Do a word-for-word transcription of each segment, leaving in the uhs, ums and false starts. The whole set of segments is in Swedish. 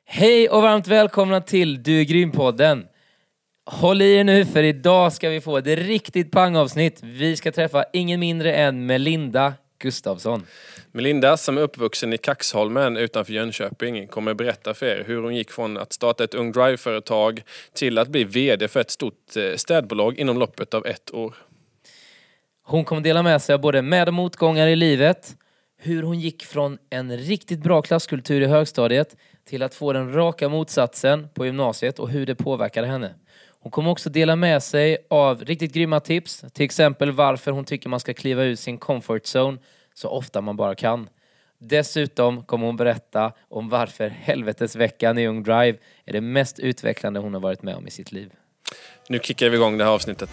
Hej och varmt välkomna till Du är grym-podden. Håll i er nu, för idag ska vi få ett riktigt pangavsnitt. Vi ska träffa ingen mindre än Melinda Gustafsson. Melinda, som är uppvuxen i Kaxholmen utanför Jönköping, kommer berätta för er hur hon gick från att starta ett Ung Drive-företag till att bli vd för ett stort städbolag inom loppet av ett år. Hon kommer dela med sig av både med- och motgångar i livet, hur hon gick från en riktigt bra klasskultur i högstadiet till att få den raka motsatsen på gymnasiet och hur det påverkade henne. Hon kommer också dela med sig av riktigt grymma tips, till exempel varför hon tycker man ska kliva ut sin comfort zone så ofta man bara kan. Dessutom kommer hon berätta om varför helvetesveckan i Ung Drive är det mest utvecklande hon har varit med om i sitt liv. Nu kickar vi igång det här avsnittet.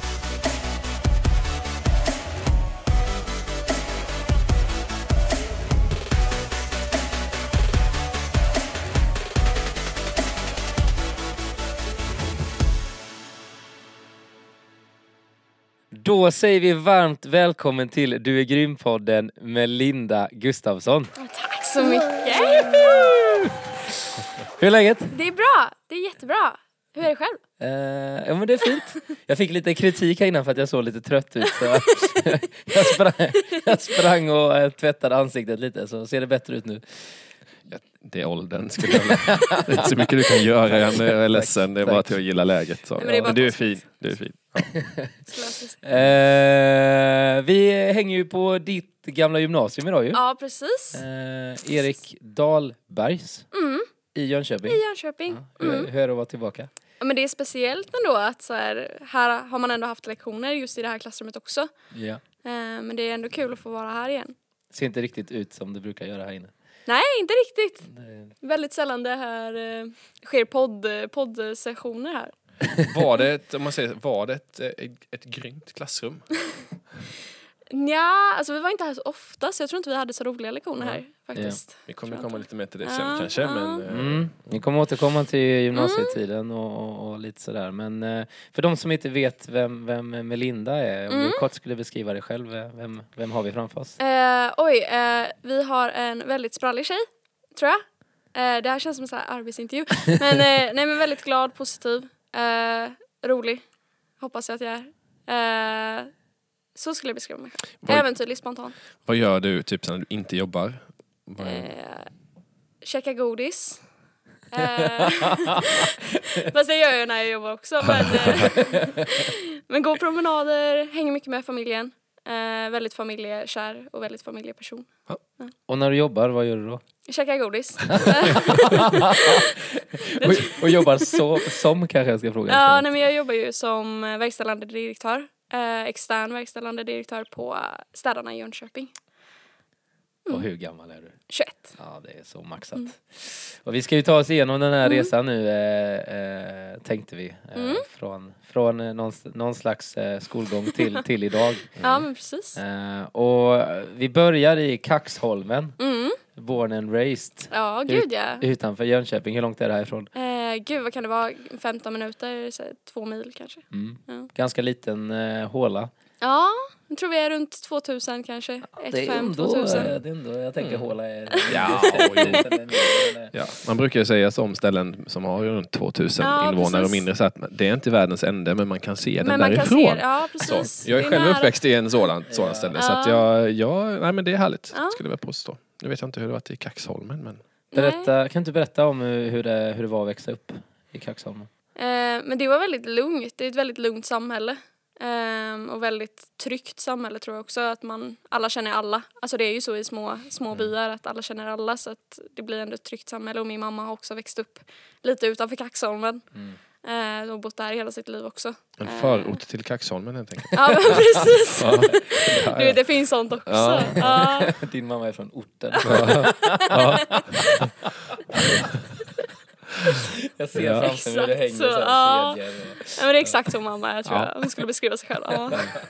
Då säger vi varmt välkommen till Du är grym-podden Melinda Gustafsson. Tack så mycket. Hur är läget? Det är bra, det är jättebra. Hur är det själv? Uh, ja men det är fint. Jag fick lite kritik här innan för att jag såg lite trött ut. Så jag, sprang, jag sprang och uh, tvättade ansiktet lite, så ser det bättre ut nu. Det är åldern, skulle jag vilja. Det är inte så mycket du kan göra. Jag är ledsen, det är bara till att gilla läget. Så. Nej, men det är bara men du är fin, du är fin. Ja. uh, vi hänger ju på ditt gamla gymnasium idag ju. Ja, precis. Uh, Erik Dahlbergs Mm. i Jönköping. I Jönköping. Ja, hur, Mm. hur är det att vara tillbaka? Ja, men det är speciellt ändå att så här, här har man ändå haft lektioner just i det här klassrummet också. Ja. Uh, men det är ändå kul att få vara här igen. Ser inte riktigt ut som det brukar göra här inne. Nej, inte riktigt. Det... Väldigt sällan det här uh, sker podd, poddsessioner här. Var det ett, om man säger, var det ett, ett, ett grymt klassrum? Ja, alltså vi var inte här så ofta, så jag tror inte vi hade så roliga lektioner här faktiskt. Ja. Vi kommer Tror komma jag lite mer till det Ja, sen kanske. ja. Men, eh, Mm. Ni kommer återkomma till gymnasietiden och, och, och lite sådär. Men eh, för de som inte vet vem, vem Melinda är, om Mm. du kort skulle beskriva dig själv, vem, vem har vi framför oss? Eh, oj, eh, vi har en väldigt sprallig tjej, tror jag. Eh, det här känns som en sån här arbetsintervju. Men, eh, nej, men väldigt glad, positiv, eh, rolig. Hoppas jag att jag är. Eh, så skulle jag beskriva mig själv. Vad- Äventyrlig, spontan. vad gör du typ när du inte jobbar? Vad- Eh, checka godis. Eh, fast det gör jag när jag jobbar också. Men, eh, men gå promenader, hänger mycket med familjen. Eh, väldigt familjekär och väldigt familjeperson. Och när du jobbar, vad gör du då? Checka godis. och, och jobbar så, som kanske jag ska fråga. Ja, nej, men jag jobbar ju som verkställande direktör. Eh, extern verkställande direktör på Städarna i Jönköping. Och hur gammal är du? tjugoett. Ja, det är så maxat. Mm. Och vi ska ju ta oss igenom den här Mm. resan nu, eh, eh, tänkte vi. Eh, Mm. Från, från eh, någon, någon slags eh, skolgång till, till idag. Ja, men precis. Eh, och vi börjar i Kaxholmen, Mm. born and raised, Ja, gud ja. utanför Jönköping. Hur långt är det härifrån? Eh, gud, vad kan det vara? femton minuter, så här, två mil kanske. Mm. Ja. Ganska liten eh, håla. Ja, jag tror vi är runt tvåtusen kanske. Det är ett fem ändå, tvåtusen. eh, det är ändå, jag tänker Mm. håla är... Ja, Ja, man brukar ju säga om ställen som har runt tvåtusen Ja, invånare och precis. mindre, så att det är inte världens ände, men man kan se den Men man kan därifrån. se, ja Så, precis. jag är Det själv nära. uppväxt i en sådan, sådan ställe, så att Ja. jag, jag, nej men det är härligt, Ja. skulle jag påstå. Nu vet jag inte hur det var i Kaxholmen, men... Berätta, kan du berätta om hur, hur, det, hur det var att växa upp i Kaxholmen? Eh, men det var väldigt lugnt. Det är ett väldigt lugnt samhälle. Eh, och väldigt tryggt samhälle tror jag också. Att man, alla känner alla. Alltså det är ju så i små, små byar att alla känner alla. Så att det blir ändå ett tryggt samhälle. Och min mamma har också växt upp lite utanför Kaxholmen. Eh, och bott där hela sitt liv också. En Eh, förort till Kaxholmen helt enkelt. Ja, men precis. Ja. Ja, Det, ja. det finns sånt också. Ja. Ja. Din mamma är från orten. Ja. Ja. Jag ser Ja. framför mig hur det hänger Exakt, så så, här ja. kedjor och- Ja, men det är exakt så mamma är, tror Ja. jag. Hon skulle beskriva sig själv. Ja.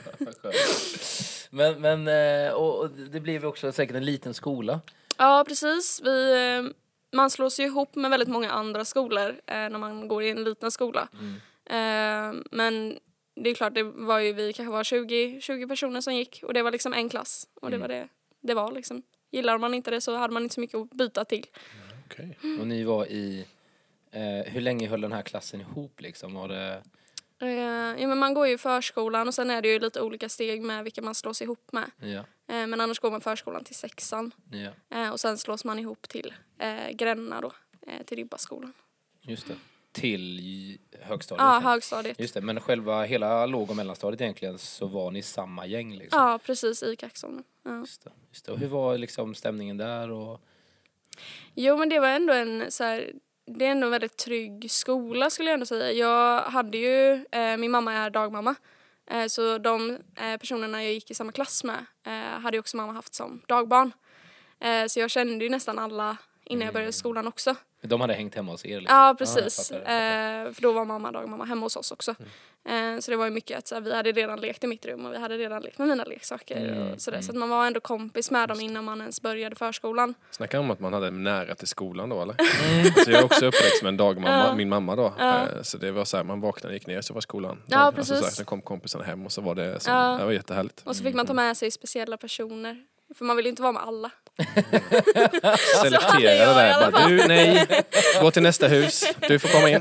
Men, men eh, och och det blir ju också säkert en liten skola. Ja, precis. Vi, eh, man slås ju ihop med väldigt många andra skolor eh, när man går i en liten skola. Eh, men det är klart, det var ju, vi kanske var tjugo, tjugo personer som gick. Och det var liksom en klass. Och det Mm. var det det var liksom. Gillar man inte det så hade man inte så mycket att byta till. Okay. Och ni var i... Eh, hur länge höll den här klassen ihop liksom? Var det... Uh, ja, men man går ju i förskolan och sen är det ju lite olika steg med vilka man slås ihop med. Ja. Uh, men annars går man förskolan till sexan. Ja. Uh, och sen slås man ihop till uh, Gränna då, uh, till Ribbaskolan. Just det. Till högstadiet? Ja, högstadiet. Just det, men själva hela låg- och mellanstadiet egentligen så var ni samma gäng liksom? Ja, precis, i Kaxholm. Ja. Just det, just det. Och hur var liksom stämningen där? Och... Jo, men det var ändå en så här, det är ändå en väldigt trygg skola skulle jag ändå säga. Jag hade ju, eh, min mamma är dagmamma. Eh, så de eh, personerna jag gick i samma klass med eh, hade ju också mamma haft som dagbarn. Eh, så jag kände ju nästan alla innan jag började skolan också. De hade hängt hemma hos er? Liksom. Ja, precis. Ah, jag fattar, jag fattar. Eh, för då var mamma dagmamma hemma hos oss också. Mm. Eh, så det var ju mycket att så här, vi hade redan lekt i mitt rum och vi hade redan lekt med mina leksaker. Mm. Och sådär. Mm. Så att man var ändå kompis med dem innan man ens började förskolan. Snackar om att man hade nära till skolan då, eller? Mm. Så jag är också uppväxt med en dagmamma, Ja. min mamma då. Ja. Så det var så här, man vaknade och gick ner så var skolan. Ja, Dag, precis. Alltså, så här, sen kom kompisarna hem och så var det, så, Ja. det var jättehärligt. Och så fick man ta med sig speciella personer. För man vill ju inte vara med alla. Selektera jag det i alla där. Bara, fall. du, nej, gå till nästa hus. Du får komma in.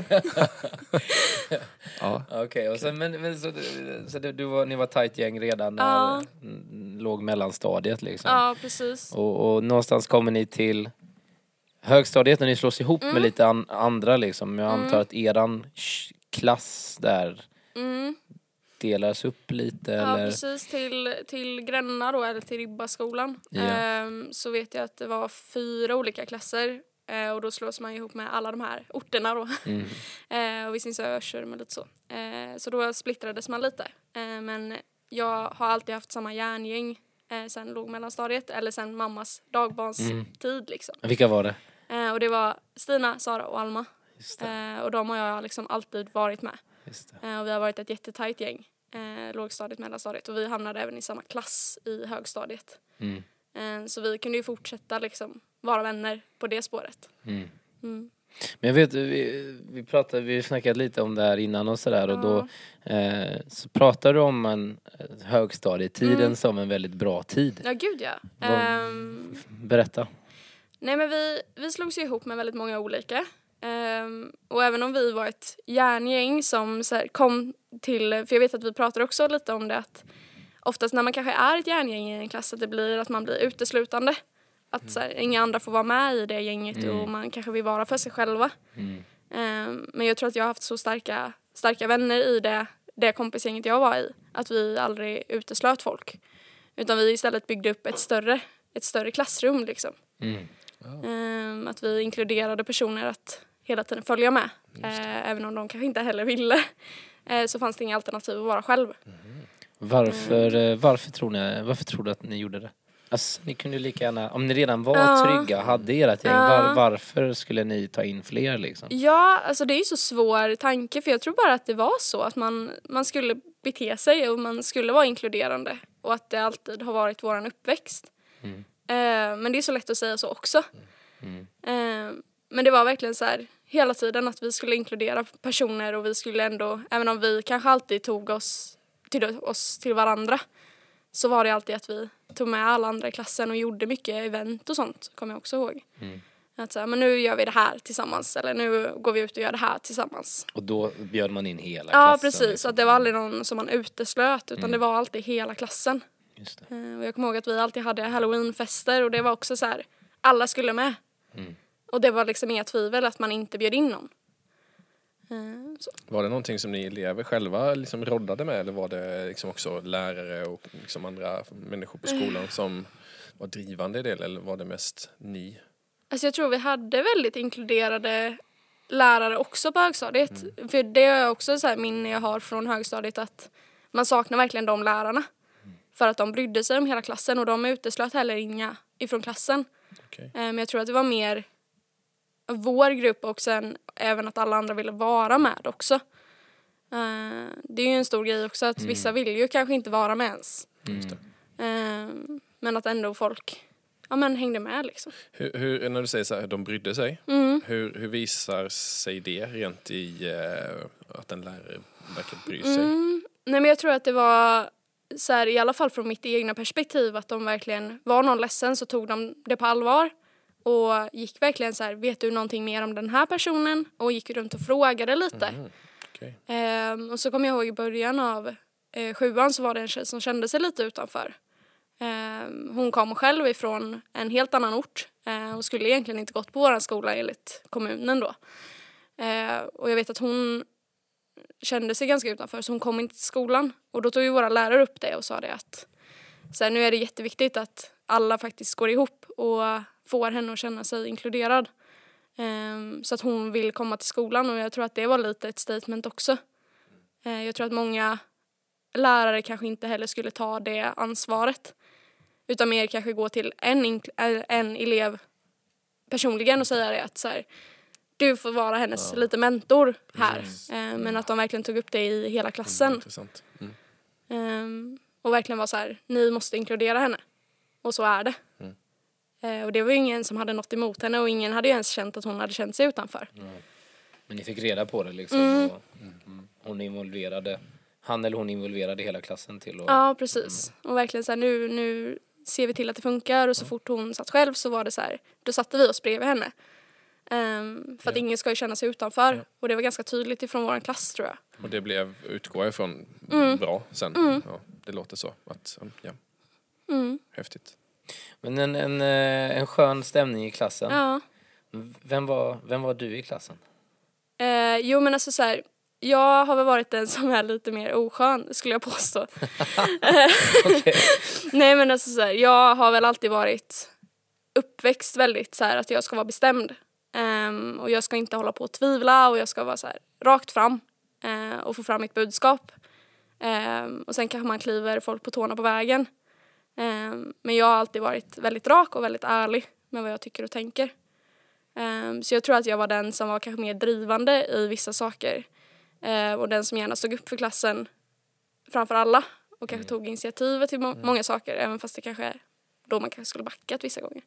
Ja. Okej, okay, och sen, men, men så, så du, du var, ni var tajt gäng redan när Ja. mm, låg mellanstadiet liksom? Ja, precis. Och, och någonstans kommer ni till högstadiet när ni slås ihop Mm. med lite an, andra liksom. Jag antar Mm. att eran sh- klass där Mm. delas upp lite Ja, eller? precis. Till, till Gränna då, eller till Ribbaskolan. Ja. Ehm, så vet jag att det var fyra olika klasser. Eh, och då slås man ihop med alla de här orterna då. Mm. eh, och Visingsö, Tjörn och lite så. Eh, så då splittrades man lite. Eh, men jag har alltid haft samma järngäng eh, sen låg mellanstadiet. Eller sen mammas dagbarnstid Mm. liksom. Vilka var det? Eh, och det var Stina, Sara och Alma. Just det. Eh, och de har jag liksom alltid varit med. Just det. Eh, och vi har varit ett jättetajt gäng. Eh, lågstadiet, mellanstadiet. Och vi hamnade även i samma klass i högstadiet. Mm. Eh, så vi kunde ju fortsätta liksom vara vänner på det spåret. Mm. Mm. Men jag vet, vi, vi pratade, vi snackat lite om det här innan och sådär. Och då eh, så pratade du om en eh, högstadietiden Mm. som en väldigt bra tid. Ja, gud ja. Vad- Ehm, Berätta. nej, men vi, vi slogs ju ihop med väldigt många olika. Ehm, och även om vi var ett järngäng som så här, kom till... För jag vet att vi pratade också lite om det att oftast när man kanske är ett järngäng i en klass att det blir att man blir uteslutande. Att så här, inga andra får vara med i det gänget Mm. och man kanske vill vara för sig själva. Mm. Ehm, men jag tror att jag har haft så starka, starka vänner i det, det kompisgänget jag var i. Att vi aldrig uteslöt folk. Utan vi istället byggde upp ett större, ett större klassrum liksom. Mm. Ehm, att vi inkluderade personer att hela tiden följa med. Ehm, även om de kanske inte heller ville. Ehm, så fanns det inga alternativ att vara själv. Varför, eh, varför, tror ni, varför tror du att ni gjorde det? Alltså, ni kunde ju lika gärna, om ni redan var Ja. trygga, hade ert gäng, Ja. var, varför skulle ni ta in fler liksom? Ja, alltså det är ju så svår tanke. För jag tror bara att det var så. Att man, man skulle bete sig och man skulle vara inkluderande. Och att det alltid har varit våran uppväxt. Mm. Ehm, men det är så lätt att säga så också. Mm. Ehm, men det var verkligen så här hela tiden att vi skulle inkludera personer. Och vi skulle ändå, även om vi kanske alltid tog oss till, oss till varandra. Så var det alltid att vi tog med alla andra i klassen och gjorde mycket event och sånt, kommer jag också ihåg. Mm. Att så här, men nu gör vi det här tillsammans, eller nu går vi ut och gör det här tillsammans. Och då bjöd man in hela Ja, klassen? precis. liksom. Att det var aldrig någon som man uteslöt, utan Mm. det var alltid hela klassen. Just det. Eh, Och jag kommer ihåg att vi alltid hade halloweenfester och det var också så här, alla skulle med. Mm. Och det var liksom inga tvivel att man inte bjöd in någon. Eh, Så. Var det någonting som ni elever själva liksom roddade med eller var det liksom också lärare och liksom andra människor på skolan som var drivande i det eller var det mest ni? Alltså jag tror vi hade väldigt inkluderade lärare också på högstadiet. För det är också så här minne jag har från högstadiet att man saknar verkligen de lärarna. För att de brydde sig om hela klassen och de uteslöt heller inga ifrån klassen. Okay. Eh, Men jag tror att det var mer vår grupp och sen även att alla andra ville vara med också. Eh, Det är ju en stor grej också att vissa vill ju kanske inte vara med ens. Just det. Eh, Men att ändå folk ja, men hängde med liksom. Hur, hur, när du säger så här, de brydde sig, Mm. hur, hur visar sig det rent i eh, att en lärare verkligen bryr sig? Mm. Nej, men jag tror att det var så här, i alla fall från mitt egna perspektiv att de verkligen var någon ledsen så tog de det på allvar Och gick verkligen så här, vet du någonting mer om den här personen? Och gick runt och frågade lite. Mm. Okay. Um, och så kommer jag ihåg i början av uh, sjuan så var det en tjej som kände sig lite utanför. Um, hon kom själv ifrån en helt annan ort. Uh, och skulle egentligen inte gått på vår skola enligt kommunen då. Uh, och jag vet att hon kände sig ganska utanför så hon kom inte till skolan. Och då tog ju våra lärare upp det och sa det att så här, nu är det jätteviktigt att alla faktiskt går ihop och får henne att känna sig inkluderad. Um, så att hon vill komma till skolan och jag tror att det var lite ett statement också. Uh, jag tror att många lärare kanske inte heller skulle ta det ansvaret. Utan mer kanske gå till en, inkl- en elev personligen och säga det att så här, du får vara hennes ja. lite mentor här. Uh, men att de verkligen tog upp det i hela klassen. Mm, intressant. Mm. Um, och verkligen var så här, ni måste inkludera henne. Och så är det. Mm. Uh, och det var ju ingen som hade något emot henne och ingen hade ju ens känt att hon hade känt sig utanför. Mm. Men ni fick reda på det liksom. Mm. Och, mm, hon involverade, han eller hon involverade hela klassen till. Och, ja, precis. Mm. Och verkligen så här, nu, nu ser vi till att det funkar. Och så fort hon satt själv så var det så här, då satte vi oss bredvid henne. Um, för att ja. ingen ska ju känna sig utanför. Ja. Och det var ganska tydligt ifrån vår klass tror jag. Och det blev, utgår ifrån, mm. bra sen. Mm. Ja, det låter så. Att, ja. Mm. Häftigt. Men en, en, en skön stämning i klassen. Ja. Vem var, vem var du i klassen? Uh, jo men alltså så här, jag har väl varit den som är lite mer oskön skulle jag påstå. Okay. Nej men alltså så här, jag har väl alltid varit uppväxt väldigt så här att jag ska vara bestämd. Um, och jag ska inte hålla på att tvivla och jag ska vara så här rakt fram uh, och få fram mitt budskap. Um, och sen kanske man kliver folk på tårna på vägen. Um, men jag har alltid varit väldigt rak och väldigt ärlig med vad jag tycker och tänker. Um, så jag tror att jag var den som var kanske mer drivande i vissa saker. Uh, och den som gärna stod upp för klassen framför alla. Och kanske mm. tog initiativet till må- mm. många saker. Även fast det kanske då man kanske skulle backat vissa gånger.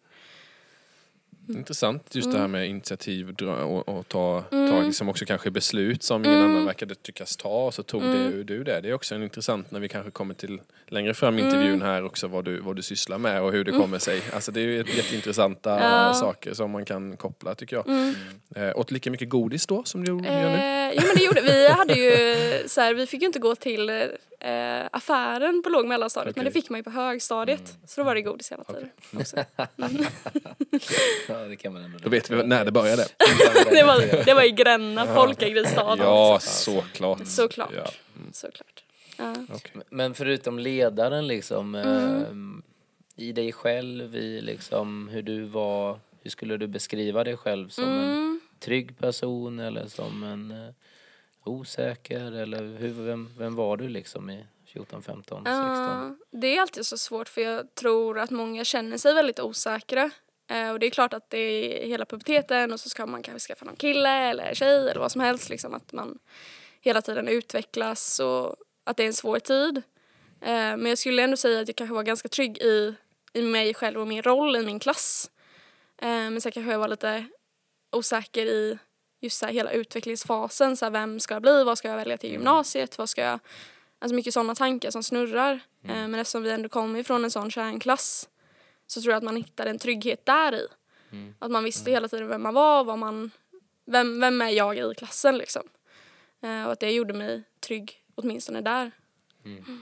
Mm. Intressant just mm. det här med initiativ och, och ta mm. tag som också kanske beslut som ingen mm. annan verkade tyckas ta och så tog mm. det, du det. Det är också en intressant när vi kanske kommer till längre fram i intervjun mm. här också vad du, vad du sysslar med och hur det mm. kommer sig. Alltså det är ju jätteintressanta ja. saker som man kan koppla tycker jag. Mm. Eh, åt lika mycket godis då som du eh, gör nu? Jo men det gjorde vi. Hade ju så här, vi fick ju inte gå till eh, affären på låg- och mellanstadiet okay. men det fick man ju på högstadiet. Mm. Så då var det godis hela tiden. Okay. Mm. Ja, det kan man ändå. Då vet vi när det började. det, var, det var i Gränna, Polkagrisstaden. Ja, också. såklart. Såklart. Ja. Mm. såklart. Ja. Okay. Men förutom ledaren liksom, mm. eh, i dig själv, i liksom hur du var, hur skulle du beskriva dig själv som mm. en trygg person eller som en eh, osäker eller hur, vem, vem var du liksom i fjorton, femton, sexton? Uh, det är alltid så svårt för jag tror att många känner sig väldigt osäkra. Uh, och det är klart att det är hela puberteten och så ska man kanske skaffa någon kille eller tjej eller vad som helst. Liksom, att man hela tiden utvecklas och att det är en svår tid. Uh, men jag skulle ändå säga att jag kanske var ganska trygg i, i mig själv och min roll i min klass. Uh, men sen kanske jag var lite osäker i just så här, hela utvecklingsfasen. Så här, vem ska jag bli? Vad ska jag välja till gymnasiet? Vad ska jag... Alltså mycket sådana tankar som snurrar. Mm. Uh, men eftersom vi ändå kom ifrån en sån kärnklass så tror jag att man hittade en trygghet där i. Mm. Att man visste mm. hela tiden vem man var, vad man, vem, vem är jag i klassen liksom. Uh, och att det gjorde mig trygg åtminstone där. Mm. Mm.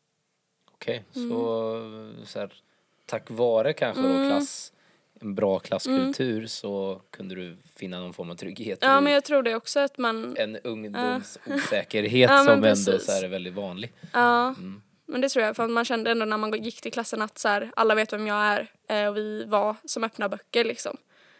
Okej, okay, mm. så, så här, tack vare kanske mm. då klass, en bra klasskultur mm. så kunde du finna någon form av trygghet. Ja, men jag tror det också att man... En ungdomsosäkerhet ja, som ändå precis. så här är väldigt vanlig. Ja, mm. men det tror jag. För att man kände ändå när man gick till klassen att så här, alla vet vem jag är. Eh, och vi var som öppna böcker liksom.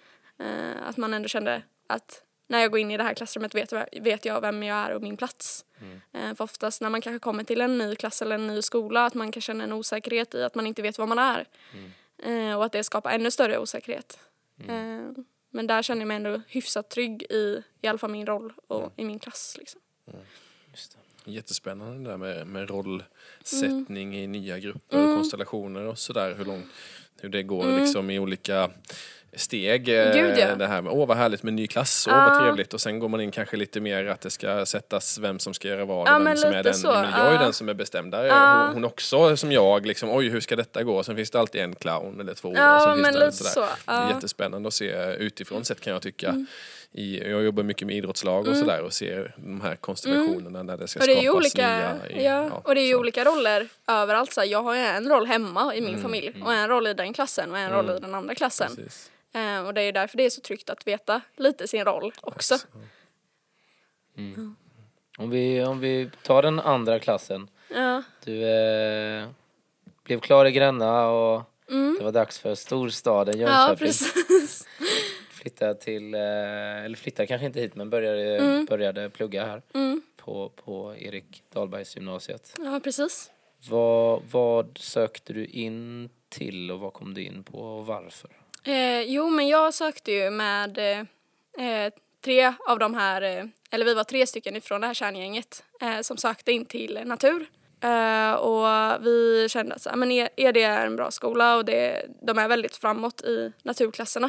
Eh, att man ändå kände att när jag går in i det här klassrummet vet, vet jag vem jag är och min plats. Mm. Eh, för oftast när man kanske kommer till en ny klass eller en ny skola att man kan känna en osäkerhet i att man inte vet vad man är. Mm. Eh, och att det skapar ännu större osäkerhet. Mm. Eh, men där känner jag mig ändå hyfsat trygg i i alla fall min roll och mm. i min klass liksom. Mm. Just det. Jättespännande där med, med rollsättning mm. i nya grupper mm. och konstellationer och sådär. Hur långt hur det går Mm. liksom i olika steg. Gud, ja. Det här med, åh vad härligt med ny klass, åh Ja. vad trevligt. Och sen går man in kanske lite mer att det ska sättas vem som ska göra vad. Ja, och men vem som är lite den. så. Men jag är Ja. den som är bestämd. Där är Ja. hon, hon också som jag, liksom, oj hur ska detta gå? Sen finns det alltid en clown eller två. Ja, och sen men finns det lite sådär. så. Det Ja. är jättespännande att se utifrån sett kan jag tycka. Mm. I, jag jobbar mycket med idrottslag och Mm. sådär och ser de här konstellationerna när det ska Och det är ju skapas olika, nya. i- ja, och det är ju så. olika roller överallt. Så här, jag har ju en roll hemma i min Mm, familj mm. och en roll i den klassen och en roll Mm. i den andra klassen. Precis. Eh, och det är därför det är så tryggt att veta lite sin roll också. Mm. Om, vi, om vi tar den andra klassen. Ja. Du eh, blev klar i Gränna och Mm. det var dags för storstaden Ja, Jönköping. precis. Flyttade till, eh, eller flyttade kanske inte hit men började, Mm. började plugga här Mm. på, på Erik Dahlbergs gymnasiet. Ja, precis. Vad, vad sökte du in till och vad kom du in på och varför? Eh, jo, men jag sökte ju med eh, tre av de här, eh, eller vi var tre stycken ifrån det här kärngänget eh, som sökte in till natur. Eh, och vi kände att så, men är, är det en bra skola och det, de är väldigt framåt i naturklasserna.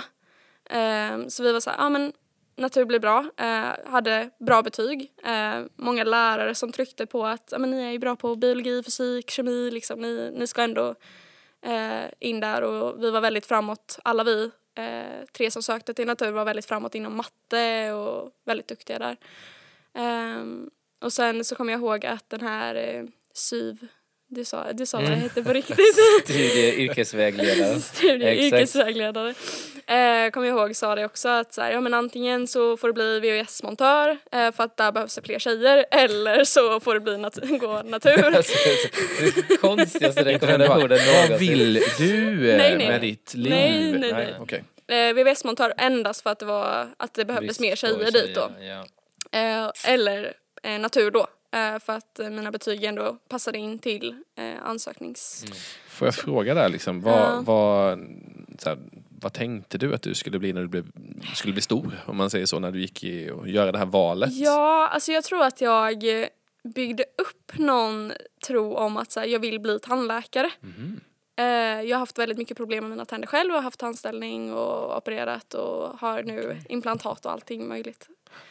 Eh, så vi var så här, ja men natur blir bra, eh, hade bra betyg. Eh, många lärare som tryckte på att ja, men ni är ju bra på biologi, fysik, kemi, liksom, ni, ni ska ändå eh, in där. Och vi var väldigt framåt, alla vi eh, tre som sökte till natur var väldigt framåt inom matte och väldigt duktiga där. Eh, och sen så kommer jag ihåg att den här eh, SYV, du sa, du sa vad det Mm. hette på riktigt. Studie, yrkesvägledare. Studie, Exakt. yrkesvägledare. Eh, kommer jag ihåg sa det också att så här, ja, men antingen så får du bli V H S-montör eh, för att där behövs det fler tjejer eller så får du bli nat- gå natur. Alltså, det är konstigaste rekommendationen Vad någonsin. vill du eh, Nej, nej. med ditt liv? Nej, nej, nej. okej. Eh, V V S-montör endast för att det, var, att det behövdes Brist mer på tjejer dit då. Ja. Eh, eller eh, natur då. Eh, för att eh, mina betyg ändå passade in till eh, ansöknings... Mm. Får jag fråga där liksom, vad, Ja. vad, så här, vad tänkte du att du skulle bli när du blev, skulle bli stor? Om man säger så, när du gick i och göra det här valet. Ja, alltså jag tror att jag eh, byggde upp någon tro om att så här, jag vill bli tandläkare. Mhm. Eh, jag har haft väldigt mycket problem med mina tänder själv och har haft tandställning och opererat och har nu implantat och allting möjligt.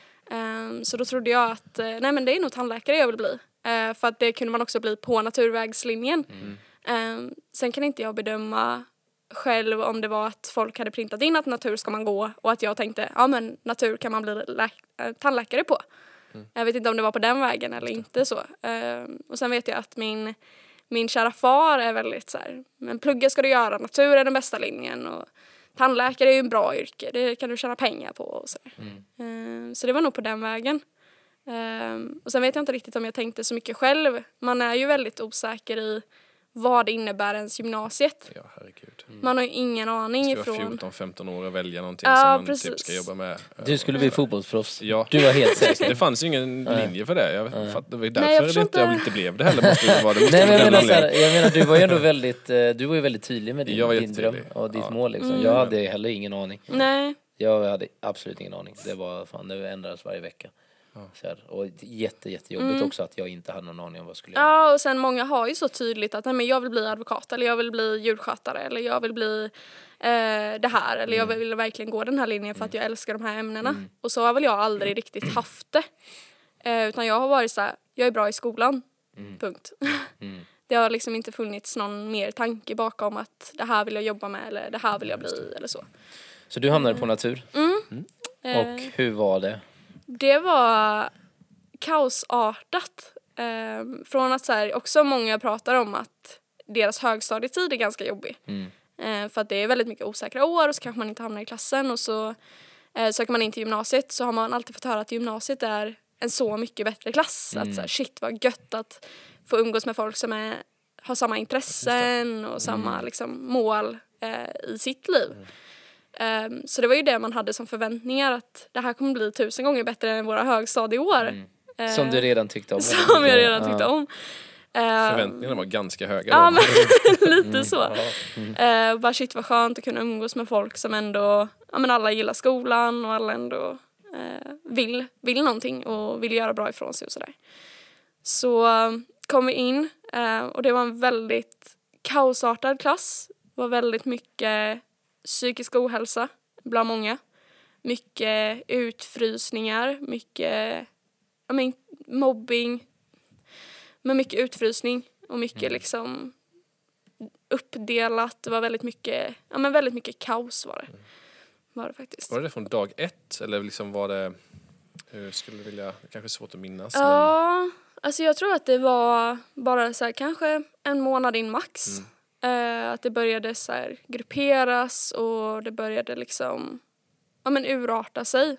Um, så då trodde jag att eh, nej men det är nog tandläkare jag vill bli. Eh, för att det kunde man också bli på naturvägslinjen. Mm. Um, sen kan inte jag bedöma själv om det var att folk hade printat in att natur ska man gå och att jag tänkte ja men natur kan man bli lä- äh, tandläkare på. Mm. Jag vet inte om det var på den vägen eller inte så. Um, och sen vet jag att min min kära far är väldigt så här, men plugga ska du göra, natur är den bästa linjen och tandläkare är ju en bra yrke, det kan du tjäna pengar på och så. Mm. Uh, så det var nog på den vägen. Um, och sen vet jag inte riktigt om jag tänkte så mycket själv. Man är ju väldigt osäker i vad det innebär ens gymnasiet. Ja, herregud. Man har ju ingen aning Ska vara ifrån. fjorton femton år och välja någonting Ja, som man precis. typ ska jobba med. Du skulle bli fotbollsproffs. Ja. Du var helt säker. Det fanns ju ingen Nej. linje för det. Jag Nej. fatt, det var ju Nej, därför jag det förstår inte, jag inte. inte blev det heller. Måste det vara. Det måste Nej, men vara jag, den menar, så anledningen. här, jag menar, du var ju ändå väldigt, eh, du var ju väldigt tydlig med din, Jag var din jättetydlig. dröm och ditt Ja. mål liksom. Mm. Jag hade heller ingen aning. Nej. Jag hade absolut ingen aning. Det var fan, det ändrades varje vecka. Ja. Så här, och jätte, jättejobbigt Mm. också att jag inte hade någon aning om vad jag skulle göra. Ja, och sen många har ju så tydligt att nej, men jag vill bli advokat eller jag vill bli djurskötare eller jag vill bli eh, det här eller jag vill verkligen gå den här linjen för att jag älskar de här ämnena. Mm. Och så har väl jag aldrig riktigt haft det. Eh, utan jag har varit så här, jag är bra i skolan. Mm. Punkt. Mm. Det har liksom inte funnits någon mer tanke bakom att det här vill jag jobba med eller det här vill jag bli eller så. Så du hamnade på natur. Mm. Eh, Och hur var det? Det var kaosartat. Eh, från att så här, också många pratar om att deras högstadietid är ganska jobbig. Mm. Eh, för att det är väldigt mycket osäkra år och så kanske man inte hamnar i klassen och så eh, söker man in till gymnasiet så har man alltid fått höra att gymnasiet är en så mycket bättre klass. Mm. Att så här, shit vad gött att få umgås med folk som är, har samma intressen och samma Mm. liksom, mål eh, i sitt liv. Um, så det var ju det man hade som förväntningar att det här kommer bli tusen gånger bättre än våra högstadieår. Mm. Eh, Som du redan tyckte om. som jag redan tyckte Ja. om. Uh, Förväntningarna var ganska höga. Ja, då. men lite så. Ja. Uh, bara shit vad skönt att kunna umgås med folk som ändå, ja men alla gillar skolan och alla ändå uh, vill, vill någonting och vill göra bra ifrån sig och sådär. Så uh, kom vi in uh, och det var en väldigt kaosartad klass. Det var väldigt mycket psykisk ohälsa bland många. Mycket utfrysningar, mycket I mean, mobbing. Men mycket utfrysning och mycket mm. liksom uppdelat. Det var väldigt mycket, ja men väldigt mycket kaos var det. Mm. Var det faktiskt. Var det från dag ett eller liksom var det, hur skulle du vilja, kanske svårt att minnas. Ja, men... alltså jag tror att det var bara så här, kanske en månad in max. Mm. Uh, att det började så här grupperas och det började liksom, ja men urarta sig.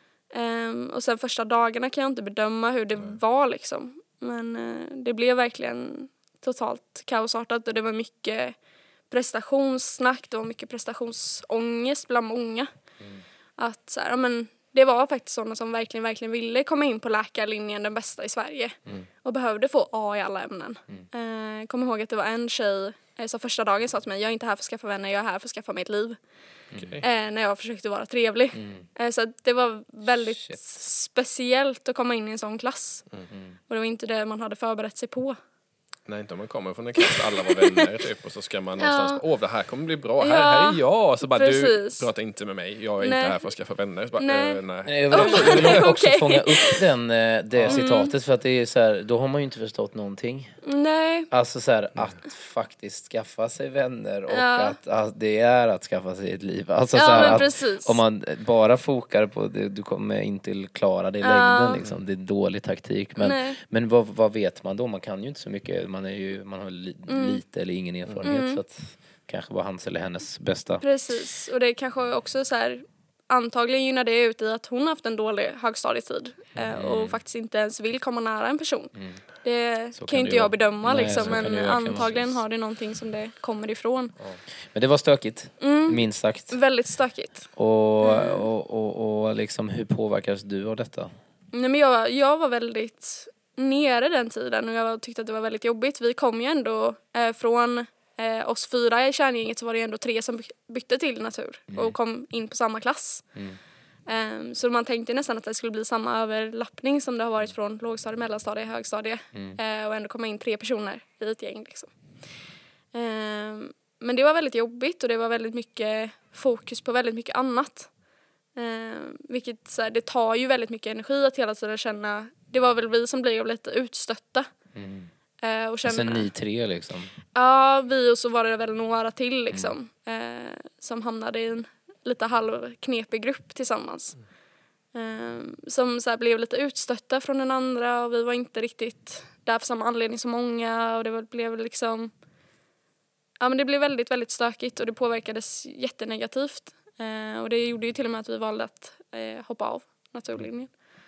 Mm. Um, och sen första dagarna kan jag inte bedöma hur det mm. var liksom. Men uh, det blev verkligen totalt kaosartat och det var mycket prestationssnack, det var mycket prestationsångest bland många. Mm. Att så här, ja, men det var faktiskt sådana som verkligen, verkligen ville komma in på läkarlinjen, den bästa i Sverige. Mm. Och behövde få A i alla ämnen. Mm. Uh, kom ihåg att det var en tjej uh, som första dagen sa till mig, jag är inte här för att skaffa vänner, jag är här för att skaffa mig ett liv. Okay. Uh, när jag försökte vara trevlig. Mm. Uh, så det var väldigt Shit. speciellt att komma in i en sån klass. Mm. Och det var inte det man hade förberett sig på. Nej, inte om man kommer från en klass där alla var vänner typ, och så ska man någonstans, åh ja. det här kommer bli bra, här, ja, här är jag. Så bara, precis. Du pratar inte med mig, jag är nej. inte här för att skaffa vänner. Så bara, nej. Äh, nej. Jag vill också, jag vill också okay. fånga upp den, det mm. citatet, för att det är så här, då har man ju inte förstått någonting. Nej. Alltså så här, att faktiskt skaffa sig vänner och ja. att, att det är att skaffa sig ett liv. Alltså ja, så här, men att precis. Om man bara fokar på det, du kommer inte klara det i längden ja. liksom. Det är dålig taktik. Men, men vad, vad vet man då? Man kan ju inte så mycket, man är ju, man har li, mm. lite eller ingen erfarenhet mm. så att kanske var hans eller hennes bästa. Precis, och det kanske också så här, antagligen gynnar det ut i att hon haft en dålig högstadietid mm. och faktiskt inte ens vill komma nära en person. Mm. Det så kan ju inte jag bedöma Nej, liksom, men antagligen har det någonting som det kommer ifrån. Ja. Men det var stökigt, mm. minst sagt. Väldigt stökigt. Och, mm. och, och, och liksom, hur påverkas du av detta? Nej, men jag, jag var väldigt nere den tiden och jag tyckte att det var väldigt jobbigt. Vi kom ju ändå eh, från eh, oss fyra i kärngänget, så var det ändå tre som bytte till natur mm. och kom in på samma klass. Mm. Um, så man tänkte nästan att det skulle bli samma överlappning som det har varit från lågstadie, mellanstadie, högstadie mm. uh, och ändå komma in tre personer i ett gäng liksom. Um, men det var väldigt jobbigt och det var väldigt mycket fokus på väldigt mycket annat. Um, vilket så här, det tar ju väldigt mycket energi att hela tiden känna. Det var väl vi som blev lite utstötta. Mm. Uh, och känna, alltså ni tre liksom? Ja, vi och så var det väl några till liksom. Mm. Uh, som hamnade i en lite halvknepig grupp tillsammans. Mm. Um, som så här blev lite utstötta från den andra och vi var inte riktigt där för samma anledning som många och det blev liksom ja men det blev väldigt väldigt stökigt och det påverkades jättenegativt. Uh, och det gjorde ju till och med att vi valde att uh, hoppa av naturlinjen.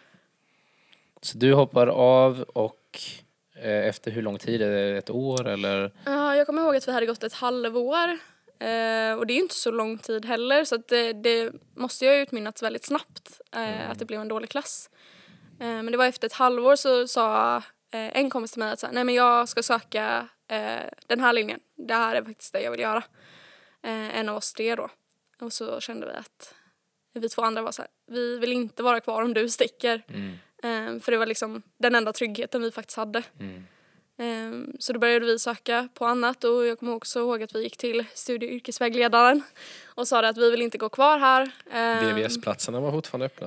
Så du hoppar av och eh, efter hur lång tid? Är det ett år eller? Ja, uh, jag kommer ihåg att vi hade gått ett halvår. Uh, och det är ju inte så lång tid heller så att det, det måste ju ha utminnats väldigt snabbt uh, mm. att det blev en dålig klass. Uh, men det var efter ett halvår så sa uh, en kompis till mig att så här, nej men jag ska söka uh, den här linjen. Det här är faktiskt det jag vill göra. Uh, en av oss tre då. Och så kände vi att vi två andra var så här, vi vill inte vara kvar om du sticker. Mm. Uh, för det var liksom den enda tryggheten vi faktiskt hade. Mm. Um, så då började vi söka på annat och jag kommer också ihåg att vi gick till studie- och yrkesvägledaren och sa att vi vill inte gå kvar här. Um, D V S-platserna var fortfarande öppna.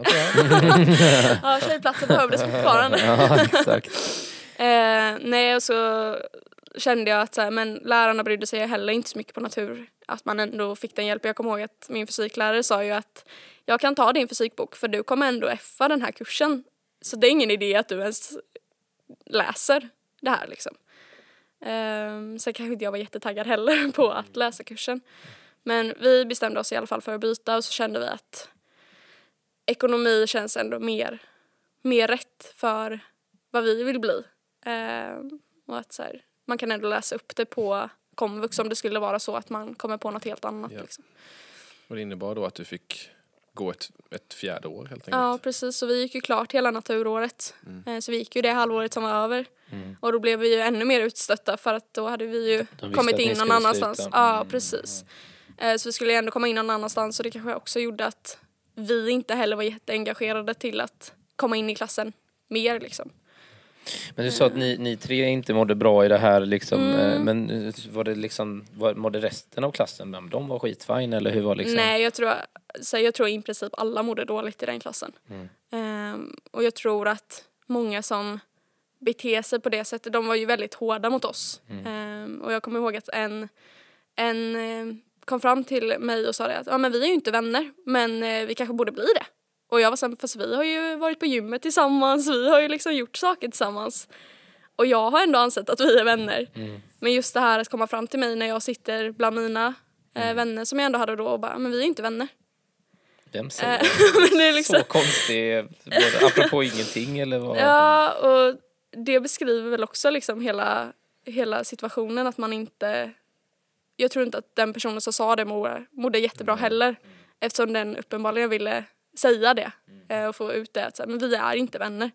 Ja, tjejplatser behövdes fortfarande. Ja, exakt. uh, nej, och så kände jag att så här, men lärarna brydde sig heller inte så mycket på natur. Att man ändå fick den hjälp. Jag kommer ihåg att min fysiklärare sa ju att jag kan ta din fysikbok för du kommer ändå effa den här kursen. Så det är ingen idé att du ens läser det här liksom. Um, så kanske inte jag var jättetaggad heller på att läsa kursen. Men vi bestämde oss i alla fall för att byta och så kände vi att ekonomi känns ändå mer, mer rätt för vad vi vill bli. Um, och att så här, man kan ändå läsa upp det på komvux om det skulle vara så att man kommer på något helt annat. Ja. Liksom. Och det innebar då att du fick gå ett, ett fjärde år helt enkelt. Ja, precis. Så vi gick ju klart hela naturåret. Mm. Så vi gick ju det halvåret som var över. Mm. Och då blev vi ju ännu mer utstötta för att då hade vi ju kommit in någon annanstans. Mm. Ja, precis. Mm. Så vi skulle ändå komma in någon annanstans och det kanske också gjorde att vi inte heller var jätteengagerade till att komma in i klassen mer liksom. Men du sa att ni, ni tre inte mådde bra i det här liksom, Mm. men var det liksom, var, mådde resten av klassen, men de var skitfine eller hur var liksom? Nej, jag tror, så jag tror i princip alla mådde dåligt i den klassen. Mm. Ehm, och jag tror att många som beter sig på det sättet, de var ju väldigt hårda mot oss. Mm. Ehm, och jag kommer ihåg att en, en eh, kom fram till mig och sa det att ja, men vi är ju inte vänner, men eh, vi kanske borde bli det. Och jag var så här, fast vi har ju varit på gymmet tillsammans, vi har ju liksom gjort saker tillsammans. Och jag har ändå ansett att vi är vänner. Mm. Men just det här att komma fram till mig när jag sitter bland mina eh, Mm. vänner som jag ändå hade då och bara, men vi är inte vänner. Vem säger Eh, men det är liksom, så konstigt, både apropå ingenting eller vad? ja, och det beskriver väl också liksom hela, hela situationen, att man inte, jag tror inte att den personen som sa det mådde, mådde jättebra heller, eftersom den uppenbarligen ville säga det eh, och få ut det att så här, men vi är inte vänner.